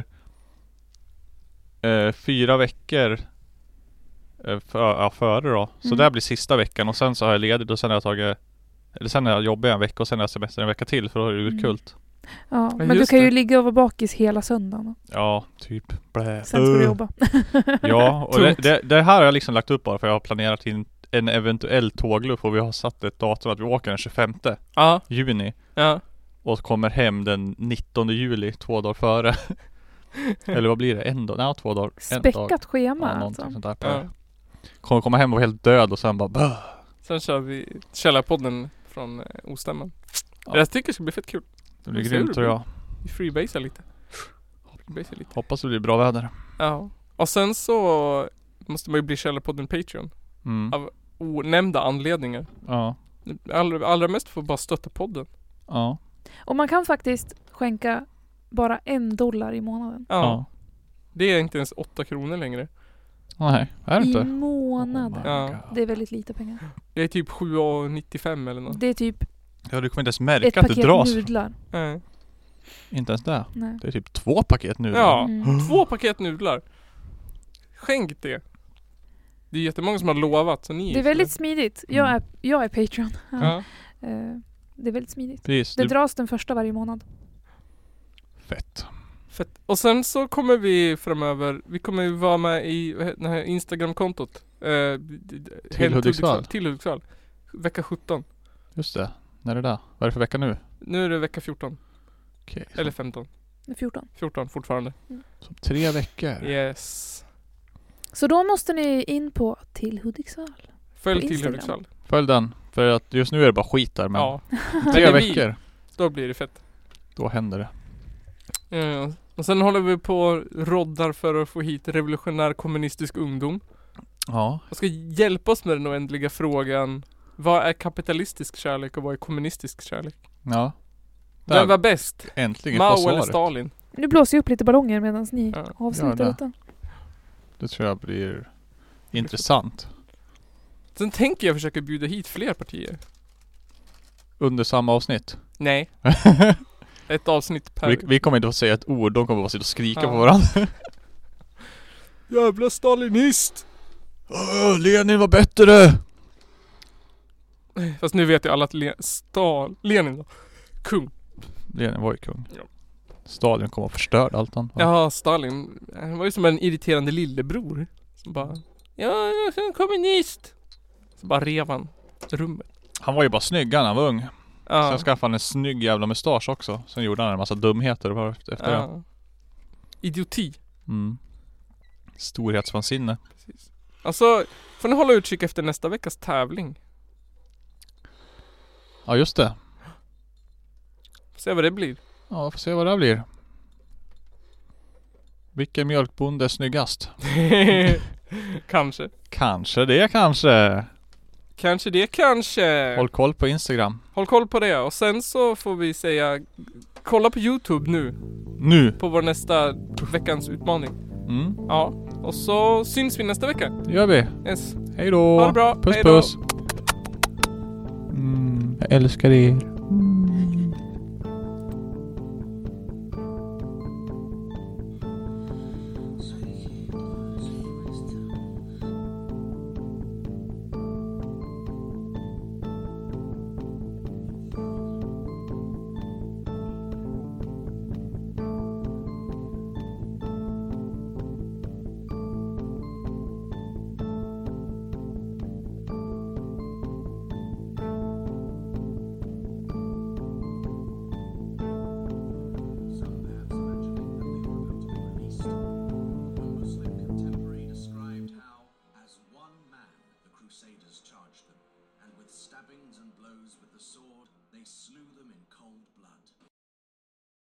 eh, fyra veckor eh, för, ja, före då. Så Mm. det blir sista veckan och sen så har jag ledigt och sen har jag tagit, eller sen har jag jobbat en vecka och sen har jag semester en vecka till för då är det Mm. urkult. Ja, men du just kan ju det. ligga och vara bakis hela söndagen. Ja, typ. Blä. Sen ska du Uh. jobba. Ja, och det, Tungt. det, det här har jag liksom lagt upp bara för jag har planerat in en eventuell tågluff och vi har satt ett datum att vi åker den tjugofemte Ja, juni ja. och kommer hem den nittonde juli, två dagar före. Eller vad blir det? En dag? Nej, två dagar. En dag. Späckat schema Ja, någonting alltså. sånt där. Ja. Kommer komma hem och vara helt död och sen bara bäh. Sen kör vi Källarpodden från eh, Ostämman. Ja. Jag tycker det ska bli fett kul. Det blir Ser grymt du tror det? jag. Vi freebasar lite. Freebasar lite. Hoppas det blir bra väder. Ja. Och sen så måste man ju bli Källarpodden Patreon. Mm. Av onämnda anledningar. Ja. Allra, allra mest för att bara stötta podden. Ja. Och man kan faktiskt skänka bara en dollar i månaden. Ja. Ja. Det är inte ens åtta kronor längre. Nej, är det I inte? månaden. Ja. God. Det är väldigt lite pengar. Det är typ sju kronor nittiofem eller något. Det är typ Ja, du kommer inte ens ett märka att det paket dras. nudlar. Nej. Inte ens det. Nej. Det är typ två paket nu. Ja. Mm. Två paket nudlar. Skänk det. Det är jättemånga som har lovat. Så ni Det är väldigt smidigt. Jag Mm. är, jag är Patreon. Ja. Eh, Det är väldigt smidigt. Precis. Det Du... dras den första varje månad. Fett. Fett. Och sen så kommer vi framöver, vi kommer ju vara med i vad heter det här Instagram-kontot. Eh, d- d- Helt Hudiksvall. Till Hudiksvall. Vecka sjutton. Just det. När är det där? Vad är det för vecka nu? Nu är det vecka fjorton. Okej. Eller femton. fjorton. fjorton fortfarande. Så tre veckor. Yes. Så då måste ni in på till Hudiksvall. Följ På till Instagram. Hudiksvall. Följ den. För att just nu är det bara skit där. Men Ja. tre Men vi- veckor. Då blir det fett. Då händer det. Ja. Och sen håller vi på och roddar för att få hit revolutionär kommunistisk ungdom. Ja. Jag ska hjälpa oss med den oändliga frågan. Vad är kapitalistisk kärlek och vad är kommunistisk kärlek? Ja. Vem Där, var bäst? äntligen få Mao eller svaret. Stalin? Nu blåser jag upp lite ballonger medan ni Ja, avslutar gör det. detta. Det tror jag blir intressant. Sen tänker jag försöka bjuda hit fler partier. Under samma avsnitt. Nej. Ett avsnitt per... Vi, vi kommer inte att säga ett ord. De kommer bara sitta och skrika Ja. på varandra. Jävla stalinist! Åh, Lenin var bättre! Fast nu vet jag alla att Le- Stal... Lenin då. Kung. Lenin var ju kung. Ja. Stalin kom och förstörde allt han. Ja, Stalin. Han var ju som en irriterande lillebror. Som bara... Ja, jag är en kommunist! Så bara rev han rummet. Han var ju bara snygg när han var ung. Ja. Sen skaffade han en snygg jävla mustasch också. Sen gjorde han en massa dumheter bara efter efter det. Ja. Idioti. Mm. Storhetsvansinne. Precis. Alltså, får ni hålla utkik efter nästa veckas tävling. Ja, just det. Får se vad det blir. Ja, får se vad det här blir. Vilken mjölkbonde är snyggast? Kanske. Kanske det kanske. Kanske det kanske. Håll koll på Instagram. Håll koll på det. Och sen så får vi säga, kolla på YouTube nu. Nu! På vår nästa veckans utmaning. Mm, Ja. Och så syns vi nästa vecka. det gör vi. Yes. Hej då! Ha det bra. Puss Hej då. puss! Mm, jag älskar er.